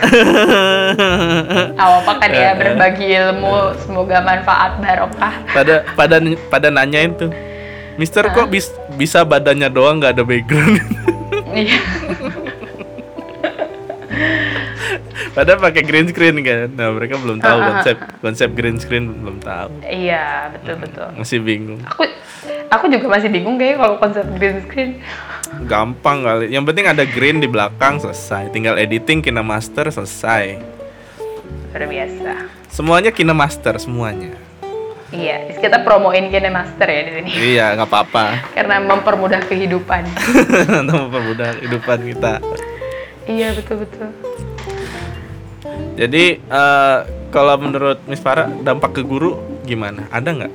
[SPEAKER 1] Apa kan ya, berbagi ilmu, semoga manfaat barokah.
[SPEAKER 2] Pada nanyain tuh, Mister kok bisa badannya doang nggak ada background?
[SPEAKER 1] Iya.
[SPEAKER 2] Padahal pakai green screen kan. Nah mereka belum tahu konsep green screen, belum tahu.
[SPEAKER 1] Iya betul.
[SPEAKER 2] Masih bingung.
[SPEAKER 1] Aku juga masih bingung kayak kalau konsep green screen.
[SPEAKER 2] Gampang kali. Yang penting ada green di belakang, selesai. Tinggal editing KineMaster, selesai.
[SPEAKER 1] Luar biasa.
[SPEAKER 2] Semuanya KineMaster semuanya.
[SPEAKER 1] Iya, kita promoin KineMaster ya di sini.
[SPEAKER 2] Iya, nggak apa-apa.
[SPEAKER 1] Karena mempermudah kehidupan.
[SPEAKER 2] Mempermudah kehidupan kita.
[SPEAKER 1] Iya, betul.
[SPEAKER 2] Jadi, kalau menurut Miss Farah, dampak ke guru gimana? Ada nggak?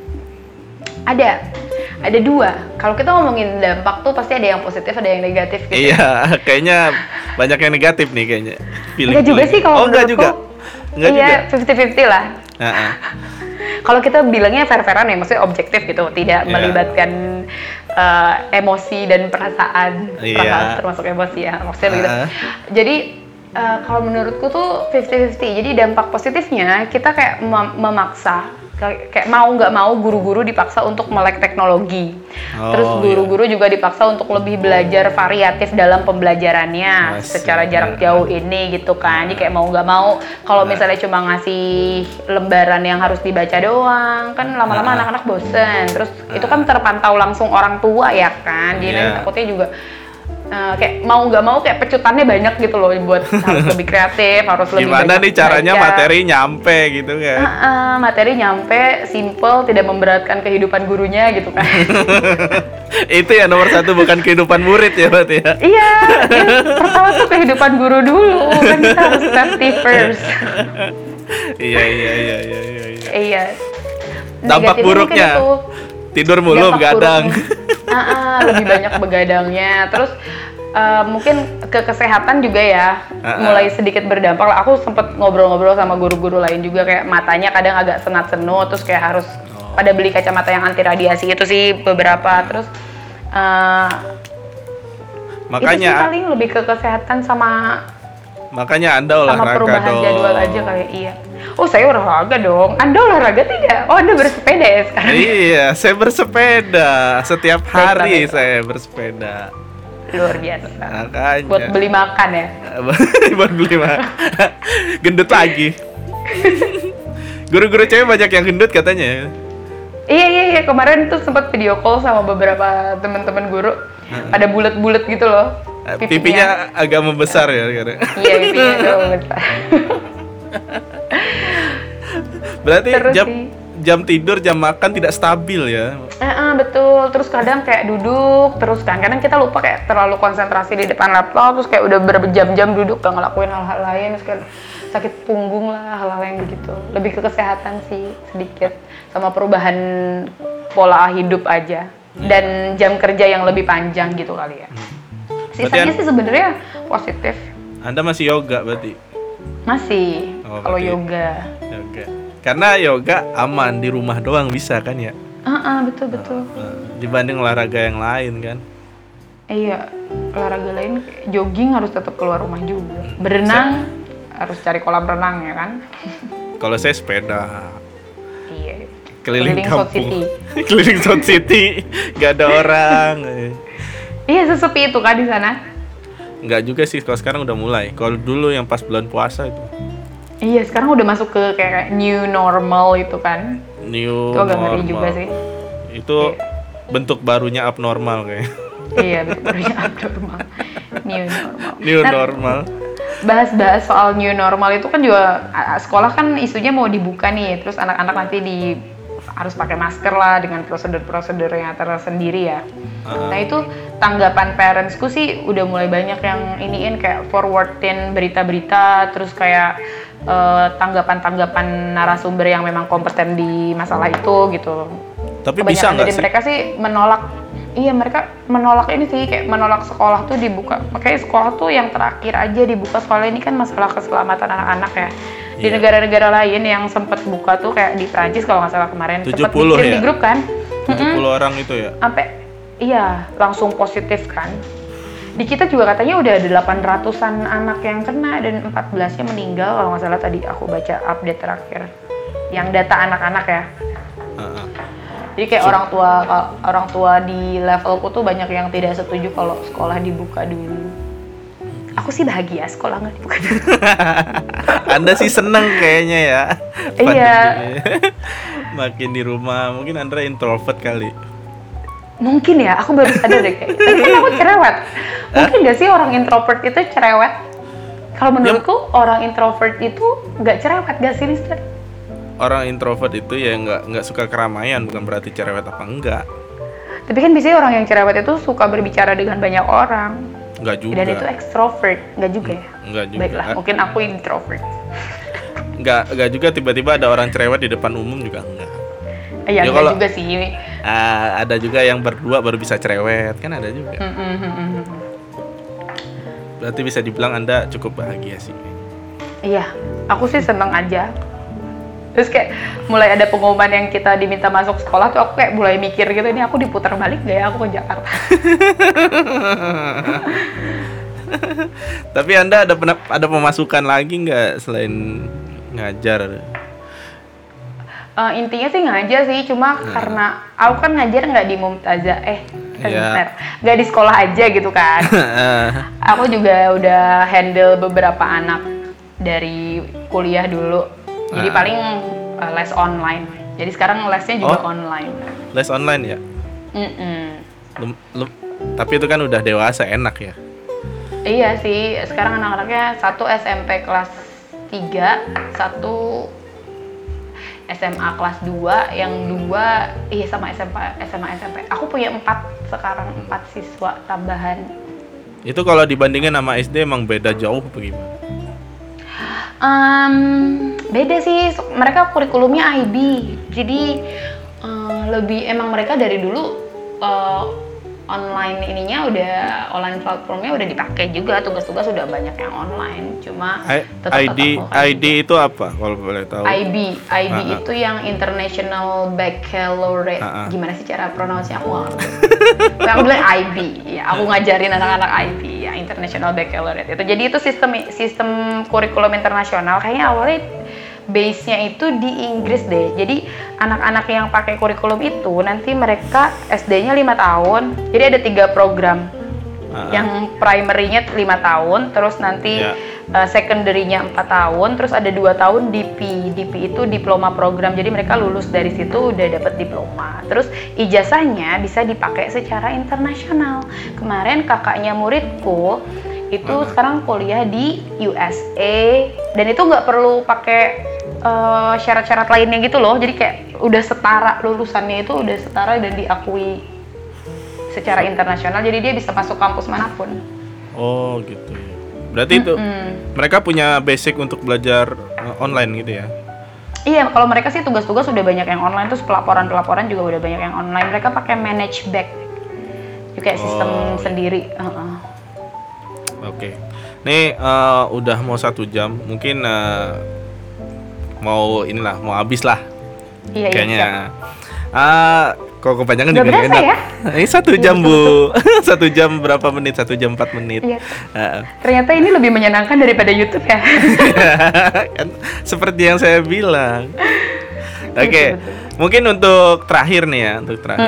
[SPEAKER 1] Ada dua. Kalau kita ngomongin dampak tuh pasti ada yang positif, ada yang negatif gitu.
[SPEAKER 2] Iya, kayaknya banyak yang negatif nih kayaknya.
[SPEAKER 1] Enggak juga sih kalau menurutku.
[SPEAKER 2] Enggak juga.
[SPEAKER 1] Iya, 50-50 lah. Kalau kita bilangnya fair-fairan ya, maksudnya objektif gitu, tidak melibatkan emosi dan perasaan, perasaan termasuk emosi ya, maksudnya begitu. Jadi kalau menurutku tuh 50-50. Jadi dampak positifnya kita kayak memaksa, kayak mau nggak mau guru-guru dipaksa untuk melek teknologi. Terus guru-guru juga dipaksa untuk lebih belajar variatif dalam pembelajarannya secara jarak jauh ini gitu kan. Jadi kayak mau nggak mau kalau misalnya cuma ngasih lembaran yang harus dibaca doang, kan lama-lama anak-anak bosen. Terus itu kan terpantau langsung orang tua ya kan. Jadi nanti takutnya juga kayak mau nggak mau kayak pecutannya banyak gitu loh, buat harus lebih kreatif, harus lebih
[SPEAKER 2] gimana nih caranya
[SPEAKER 1] belajar.
[SPEAKER 2] materi nyampe gitu kan.
[SPEAKER 1] Materi nyampe, simple, tidak memberatkan kehidupan gurunya gitu kan.
[SPEAKER 2] Itu ya nomor satu, bukan kehidupan murid ya berarti ya.
[SPEAKER 1] Iya, pertama tuh kehidupan guru dulu, kan kita harus safety first. Iya.
[SPEAKER 2] Dampak buruknya tidur mulu, begadang.
[SPEAKER 1] Lebih banyak begadangnya. Terus mungkin ke kesehatan juga ya, mulai sedikit berdampak lah. Aku sempet ngobrol-ngobrol sama guru-guru lain juga, kayak matanya kadang agak senat-senut, terus kayak harus pada beli kacamata yang anti radiasi itu sih beberapa. Terus
[SPEAKER 2] makanya
[SPEAKER 1] itu sih paling lebih ke kesehatan sama
[SPEAKER 2] Anda olahraga
[SPEAKER 1] sama perubahan
[SPEAKER 2] dong.
[SPEAKER 1] jadwal aja kali. Iya. Oh, saya olahraga dong. Anda olahraga tidak? Oh, Anda bersepeda ya sekarang?
[SPEAKER 2] Iya, saya bersepeda setiap hari. Saya bersepeda.
[SPEAKER 1] Luar biasa.
[SPEAKER 2] Makanya.
[SPEAKER 1] Buat beli makan ya?
[SPEAKER 2] Buat beli makan. Gendut lagi. Guru-guru cewek banyak yang gendut katanya.
[SPEAKER 1] Iya. Kemarin tuh sempat video call sama beberapa teman-teman guru. Ada bulat-bulat gitu loh.
[SPEAKER 2] Pipinya agak membesar ya karena.
[SPEAKER 1] Iya, pipinya agak membesar.
[SPEAKER 2] Berarti jam tidur, jam makan tidak stabil ya?
[SPEAKER 1] Betul. Terus kadang kayak duduk terus kan. Kadang kita lupa kayak terlalu konsentrasi di depan laptop, terus kayak udah berjam-jam duduk gak ngelakuin hal-hal lain, terus kayak sakit punggung lah, hal-hal yang begitu. Lebih ke kesehatan sih sedikit, sama perubahan pola hidup aja. Dan jam kerja yang lebih panjang gitu kali ya. Sisanya sih sebenarnya positif.
[SPEAKER 2] Anda masih yoga berarti?
[SPEAKER 1] Masih. Kalau yoga.
[SPEAKER 2] Karena yoga aman, di rumah doang bisa kan ya?
[SPEAKER 1] Betul.
[SPEAKER 2] Dibanding olahraga yang lain kan?
[SPEAKER 1] Iya, olahraga lain jogging harus tetap keluar rumah juga. Berenang harus cari kolam renang ya kan?
[SPEAKER 2] Kalau saya sepeda.
[SPEAKER 1] Iya.
[SPEAKER 2] Keliling
[SPEAKER 1] South
[SPEAKER 2] kampung.
[SPEAKER 1] City.
[SPEAKER 2] Keliling South City, gak ada orang.
[SPEAKER 1] Iya, sesepi itu kan di sana?
[SPEAKER 2] Enggak juga sih, kalau sekarang udah mulai. Kalau dulu yang pas bulan puasa itu.
[SPEAKER 1] Iya, sekarang udah masuk ke kayak new normal itu kan.
[SPEAKER 2] New
[SPEAKER 1] itu agak
[SPEAKER 2] normal.
[SPEAKER 1] ngeri juga sih.
[SPEAKER 2] Itu bentuk barunya abnormal kayak.
[SPEAKER 1] Iya, bentuk barunya abnormal.
[SPEAKER 2] New normal.
[SPEAKER 1] Bahas-bahas soal new normal itu kan juga sekolah kan isunya mau dibuka nih, terus anak-anak nanti harus pakai masker lah dengan prosedur-prosedur yang tersendiri ya. Nah itu tanggapan parentsku sih udah mulai banyak yang iniin kayak forwardin berita-berita, terus kayak tanggapan-tanggapan narasumber yang memang kompeten di masalah itu gitu.
[SPEAKER 2] Tapi bisa nggak sih?
[SPEAKER 1] Mereka sih menolak. Iya, mereka menolak ini sih, kayak menolak sekolah tuh dibuka. Makanya sekolah tuh yang terakhir aja dibuka, soalnya ini kan masalah keselamatan anak-anak ya. Di negara-negara lain yang sempat buka tuh kayak di Prancis kalau nggak salah kemarin
[SPEAKER 2] 70
[SPEAKER 1] sempat bikin
[SPEAKER 2] ya?
[SPEAKER 1] di grup kan.
[SPEAKER 2] 70 orang itu ya?
[SPEAKER 1] Sampai iya, langsung positif kan. Di kita juga katanya udah ada 800-an anak yang kena dan 14-nya meninggal kalau nggak salah, tadi aku baca update terakhir. Yang data anak-anak ya. Jadi kayak orang tua di levelku tuh banyak yang tidak setuju kalau sekolah dibuka dulu. Aku sih bahagia sekolah nggak dibuka dulu.
[SPEAKER 2] Anda sih seneng kayaknya ya.
[SPEAKER 1] Iya.
[SPEAKER 2] Makin di rumah, mungkin Anda introvert kali.
[SPEAKER 1] Mungkin ya, aku baru sadar deh kayak. Tapi kan aku cerewet. Mungkin nggak sih orang introvert itu cerewet? Kalau menurutku orang introvert itu nggak cerewet, nggak sih, Mister?
[SPEAKER 2] Orang introvert itu ya nggak suka keramaian, bukan berarti cerewet apa enggak.
[SPEAKER 1] Tapi kan biasanya orang yang cerewet itu suka berbicara dengan banyak orang.
[SPEAKER 2] Enggak juga.
[SPEAKER 1] Dan itu extrovert, enggak juga ya?
[SPEAKER 2] Enggak juga.
[SPEAKER 1] Baiklah, mungkin aku introvert.
[SPEAKER 2] Enggak juga tiba-tiba ada orang cerewet di depan umum juga enggak.
[SPEAKER 1] Iya, enggak juga sih.
[SPEAKER 2] Ada juga yang berdua baru bisa cerewet, kan ada juga. Berarti bisa dibilang Anda cukup bahagia sih.
[SPEAKER 1] Iya, aku sih seneng aja. Terus kayak mulai ada pengumuman yang kita diminta masuk sekolah tuh aku kayak mulai mikir gitu, ini aku diputar balik gak ya aku ke Jakarta.
[SPEAKER 2] Tapi Anda ada pemasukan lagi nggak selain ngajar?
[SPEAKER 1] Intinya sih ngajar sih, cuma karena aku kan ngajar nggak di Mumtazah, sebentar, nggak di sekolah aja gitu kan. Aku juga udah handle beberapa anak dari kuliah dulu. Jadi paling les online. Jadi sekarang lesnya juga online.
[SPEAKER 2] Les online ya? Tapi itu kan udah dewasa, enak ya?
[SPEAKER 1] Iya sih, sekarang anak-anaknya satu SMP kelas 3, satu SMA kelas 2, yang 2 sama SMA SMP. Aku punya 4 sekarang, 4 siswa tambahan.
[SPEAKER 2] Itu kalau dibandingin sama SD emang beda jauh bagaimana?
[SPEAKER 1] Beda sih, mereka kurikulumnya IB, jadi lebih emang mereka dari dulu online online platformnya udah dipakai juga, tugas-tugas udah banyak yang online, cuma
[SPEAKER 2] ID itu apa kalau boleh tahu?
[SPEAKER 1] IB itu yang International Baccalaureate. Gimana sih cara pronounce-nya, aku nggak ngerti. Aku bilang IB, ya aku ngajarin anak-anak IB ya, International Baccalaureate itu. Jadi itu sistem kurikulum internasional, kayaknya awalnya base-nya itu di Inggris deh. Jadi anak-anak yang pakai kurikulum itu nanti mereka SD-nya 5 tahun. Jadi ada 3 program. Yang primary-nya 5 tahun, terus nanti secondary-nya 4 tahun, terus ada 2 tahun DP. DP itu diploma program. Jadi mereka lulus dari situ udah dapat diploma. Terus ijazahnya bisa dipakai secara internasional. Kemarin kakaknya muridku itu sekarang kuliah di USA, dan itu nggak perlu pakai syarat-syarat lainnya gitu loh. Jadi kayak udah setara, lulusannya itu udah setara dan diakui secara internasional, jadi dia bisa masuk kampus manapun. Oh
[SPEAKER 2] gitu. Berarti itu mereka punya basic untuk belajar online gitu ya?
[SPEAKER 1] Iya, kalau mereka sih tugas-tugas udah banyak yang online, terus pelaporan juga udah banyak yang online. Mereka pakai manage back, kayak sistem sendiri.
[SPEAKER 2] Oke. Nih udah mau 1 jam, mungkin mau habis lah.
[SPEAKER 1] Iya,
[SPEAKER 2] kayaknya. Kok kepanjangan
[SPEAKER 1] juga enak. Ya?
[SPEAKER 2] Ini 1 jam Bu. 1 jam berapa menit? 1 jam 4 menit.
[SPEAKER 1] Iya. Ternyata ini lebih menyenangkan daripada YouTube ya.
[SPEAKER 2] Kan seperti yang saya bilang. Oke. Mungkin untuk terakhir nih ya,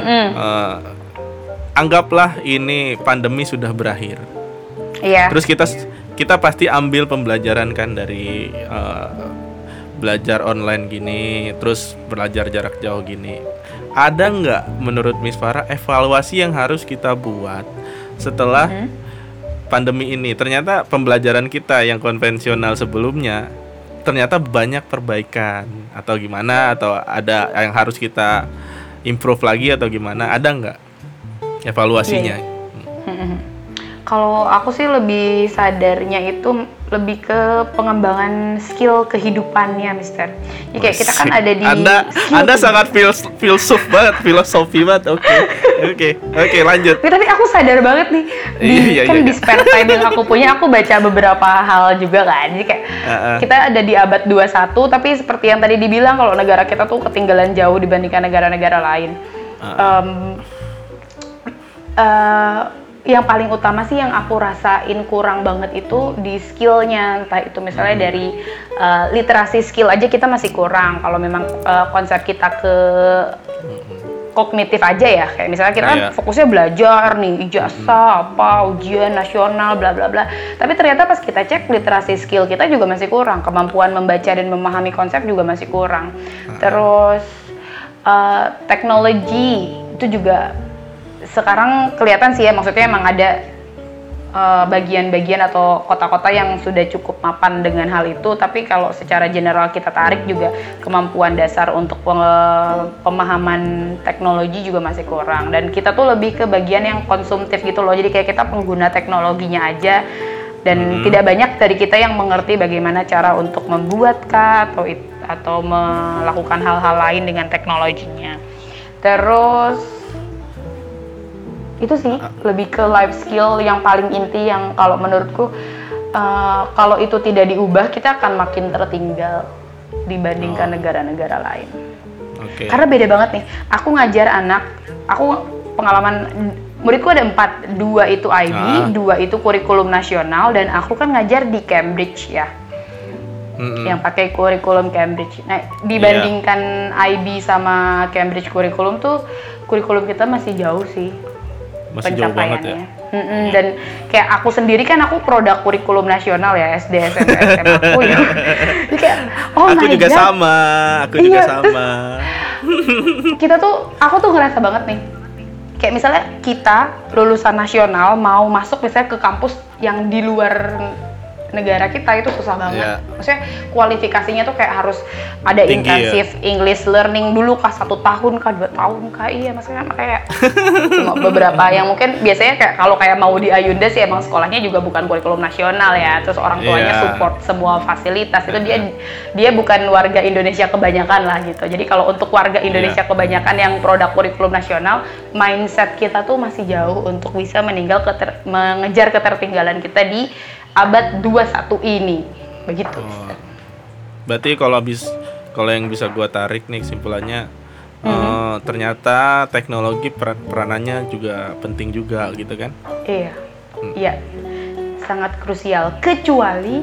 [SPEAKER 2] anggaplah ini pandemi sudah berakhir.
[SPEAKER 1] Iya.
[SPEAKER 2] Terus kita pasti ambil pembelajaran kan dari belajar online gini, terus belajar jarak jauh gini. Ada nggak menurut Miss Farah evaluasi yang harus kita buat setelah pandemi ini? Ternyata pembelajaran kita yang konvensional sebelumnya ternyata banyak perbaikan atau gimana, atau ada yang harus kita improve lagi atau gimana? Ada nggak evaluasinya?
[SPEAKER 1] Kalau aku sih lebih sadarnya itu lebih ke pengembangan skill kehidupannya, Mister. Jadi kayak kita kan ada di
[SPEAKER 2] Anda sangat filosofi banget. Oke, lanjut.
[SPEAKER 1] Tapi aku sadar banget nih di spare time yang aku punya, aku baca beberapa hal juga kan. Jadi kayak kita ada di abad 21, tapi seperti yang tadi dibilang kalau negara kita tuh ketinggalan jauh dibandingkan negara-negara lain. Yang paling utama sih yang aku rasain kurang banget itu di skillnya, entah itu misalnya dari literasi skill aja kita masih kurang. Kalau memang konsep kita ke kognitif aja ya, kayak misalnya kita kan fokusnya belajar nih, ijazah, ujian nasional, bla bla bla. Tapi ternyata pas kita cek literasi skill kita juga masih kurang, kemampuan membaca dan memahami konsep juga masih kurang. Terus teknologi itu juga sekarang kelihatan sih ya, maksudnya emang ada bagian-bagian atau kota-kota yang sudah cukup mapan dengan hal itu, tapi kalau secara general kita tarik juga kemampuan dasar untuk pemahaman teknologi juga masih kurang, dan kita tuh lebih ke bagian yang konsumtif gitu loh, jadi kayak kita pengguna teknologinya aja, dan tidak banyak dari kita yang mengerti bagaimana cara untuk membuat atau melakukan hal-hal lain dengan teknologinya. Terus itu sih lebih ke life skill yang paling inti, yang kalau menurutku kalau itu tidak diubah kita akan makin tertinggal. dibandingkan negara-negara lain.
[SPEAKER 2] Oke.
[SPEAKER 1] Karena beda banget nih. Aku ngajar anak, aku pengalaman muridku ada 4, 2 itu IB, 2 itu kurikulum nasional, dan aku kan ngajar di Cambridge ya. Yang pakai kurikulum Cambridge. Nah, dibandingkan IB sama Cambridge kurikulum tuh, kurikulum kita masih jauh sih.
[SPEAKER 2] Masih jauh banget ya.
[SPEAKER 1] Dan kayak aku sendiri kan aku produk kurikulum nasional ya, SD, SMP, SMA aku ya. Jadi kayak
[SPEAKER 2] aku juga
[SPEAKER 1] God.
[SPEAKER 2] sama, aku juga sama.
[SPEAKER 1] Kita tuh, aku tuh ngerasa banget nih. Kayak misalnya kita lulusan nasional mau masuk misalnya ke kampus yang di luar negara kita itu susah banget. Maksudnya kualifikasinya tuh kayak harus ada
[SPEAKER 2] tinggi,
[SPEAKER 1] intensif English learning dulu kah 1 tahun kah 2 tahun kah, iya maksudnya kayak cuma beberapa yang mungkin biasanya kayak kalau kayak mau di Ayunda sih emang sekolahnya juga bukan kurikulum nasional ya, terus orang tuanya support semua fasilitas itu dia bukan warga Indonesia kebanyakan lah gitu. Jadi kalau untuk warga Indonesia kebanyakan yang produk kurikulum nasional, mindset kita tuh masih jauh untuk bisa mengejar ketertinggalan kita di abad 21 ini, begitu.
[SPEAKER 2] Berarti kalau yang bisa gua tarik nih kesimpulannya, ternyata teknologi peranannya juga penting juga gitu kan? Iya,
[SPEAKER 1] sangat krusial. Kecuali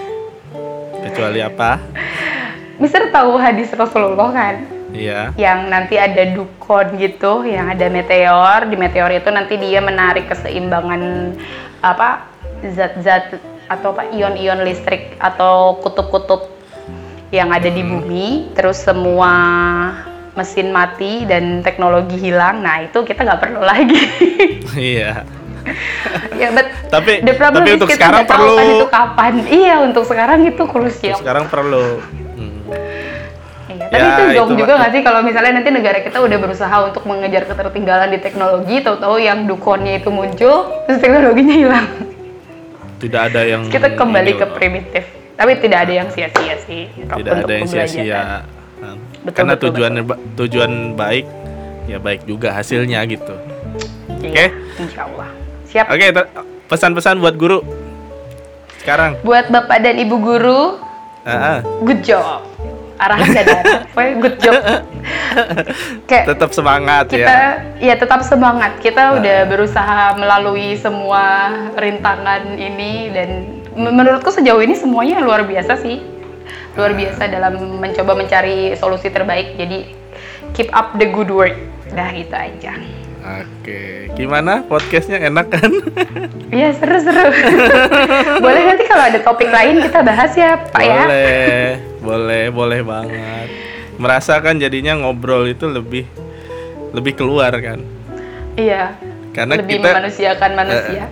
[SPEAKER 2] apa?
[SPEAKER 1] Mister tahu hadis Rasulullah kan?
[SPEAKER 2] Iya.
[SPEAKER 1] Yang nanti ada dukun gitu, yang ada meteor. Di meteor itu nanti dia menarik keseimbangan zat-zat atau ion-ion listrik atau kutub-kutub yang ada di bumi, terus semua mesin mati dan teknologi hilang. Nah itu kita nggak perlu lagi.
[SPEAKER 2] Iya.
[SPEAKER 1] Ya,
[SPEAKER 2] tapi untuk
[SPEAKER 1] kita
[SPEAKER 2] sekarang perlu.
[SPEAKER 1] Kan itu kapan? Iya, untuk sekarang itu krusial.
[SPEAKER 2] Sekarang perlu.
[SPEAKER 1] Iya, tapi itu zong juga nggak sih kalau misalnya nanti negara kita udah berusaha untuk mengejar ketertinggalan di teknologi, tahu-tahu yang dukonnya itu muncul, terus teknologinya hilang.
[SPEAKER 2] Tidak ada yang
[SPEAKER 1] kita kembali ke primitif, tapi tidak ada yang sia-sia sih.
[SPEAKER 2] Tidak ada yang sia-sia. Karena tujuan baik, ya baik juga hasilnya gitu. Oke?
[SPEAKER 1] Insya Allah. Siap.
[SPEAKER 2] Oke, pesan-pesan buat guru sekarang.
[SPEAKER 1] Buat bapak dan ibu guru, good job. Arahan dan good job. Kayak
[SPEAKER 2] tetap semangat
[SPEAKER 1] ya tetap semangat. Kita udah berusaha melalui semua rintangan ini, dan menurutku sejauh ini semuanya luar biasa sih. Luar biasa dalam mencoba mencari solusi terbaik. Jadi keep up the good work. Dah itu aja.
[SPEAKER 2] Oke, gimana podcastnya, enak kan?
[SPEAKER 1] Iya, seru-seru. Boleh nanti kalau ada topik lain kita bahas ya Pak ya?
[SPEAKER 2] Boleh banget. Merasa kan jadinya ngobrol itu lebih keluar kan? Iya. Karena
[SPEAKER 1] lebih memanusiakan manusia.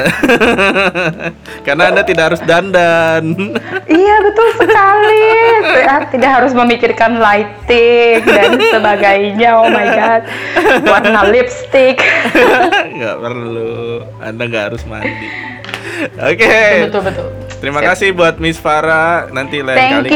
[SPEAKER 2] Karena Anda tidak harus dandan.
[SPEAKER 1] Iya, betul sekali. Tidak harus memikirkan lighting dan sebagainya. Oh my god. Warna lipstick.
[SPEAKER 2] Nggak perlu. Anda nggak harus mandi. Oke.
[SPEAKER 1] Betul.
[SPEAKER 2] Terima kasih buat Miss Farah. Nanti lain kali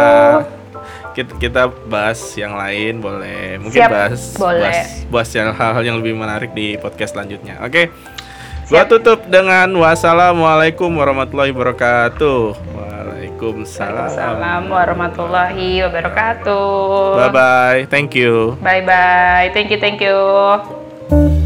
[SPEAKER 2] kita bahas yang lain, boleh. Mungkin bahas yang hal-hal yang lebih menarik di podcast selanjutnya. Oke. Gua tutup dengan wassalamualaikum warahmatullahi wabarakatuh. Waalaikumsalam.
[SPEAKER 1] Waalaikumsalam warahmatullahi wabarakatuh.
[SPEAKER 2] Bye bye. Thank you.
[SPEAKER 1] Bye bye. Thank you.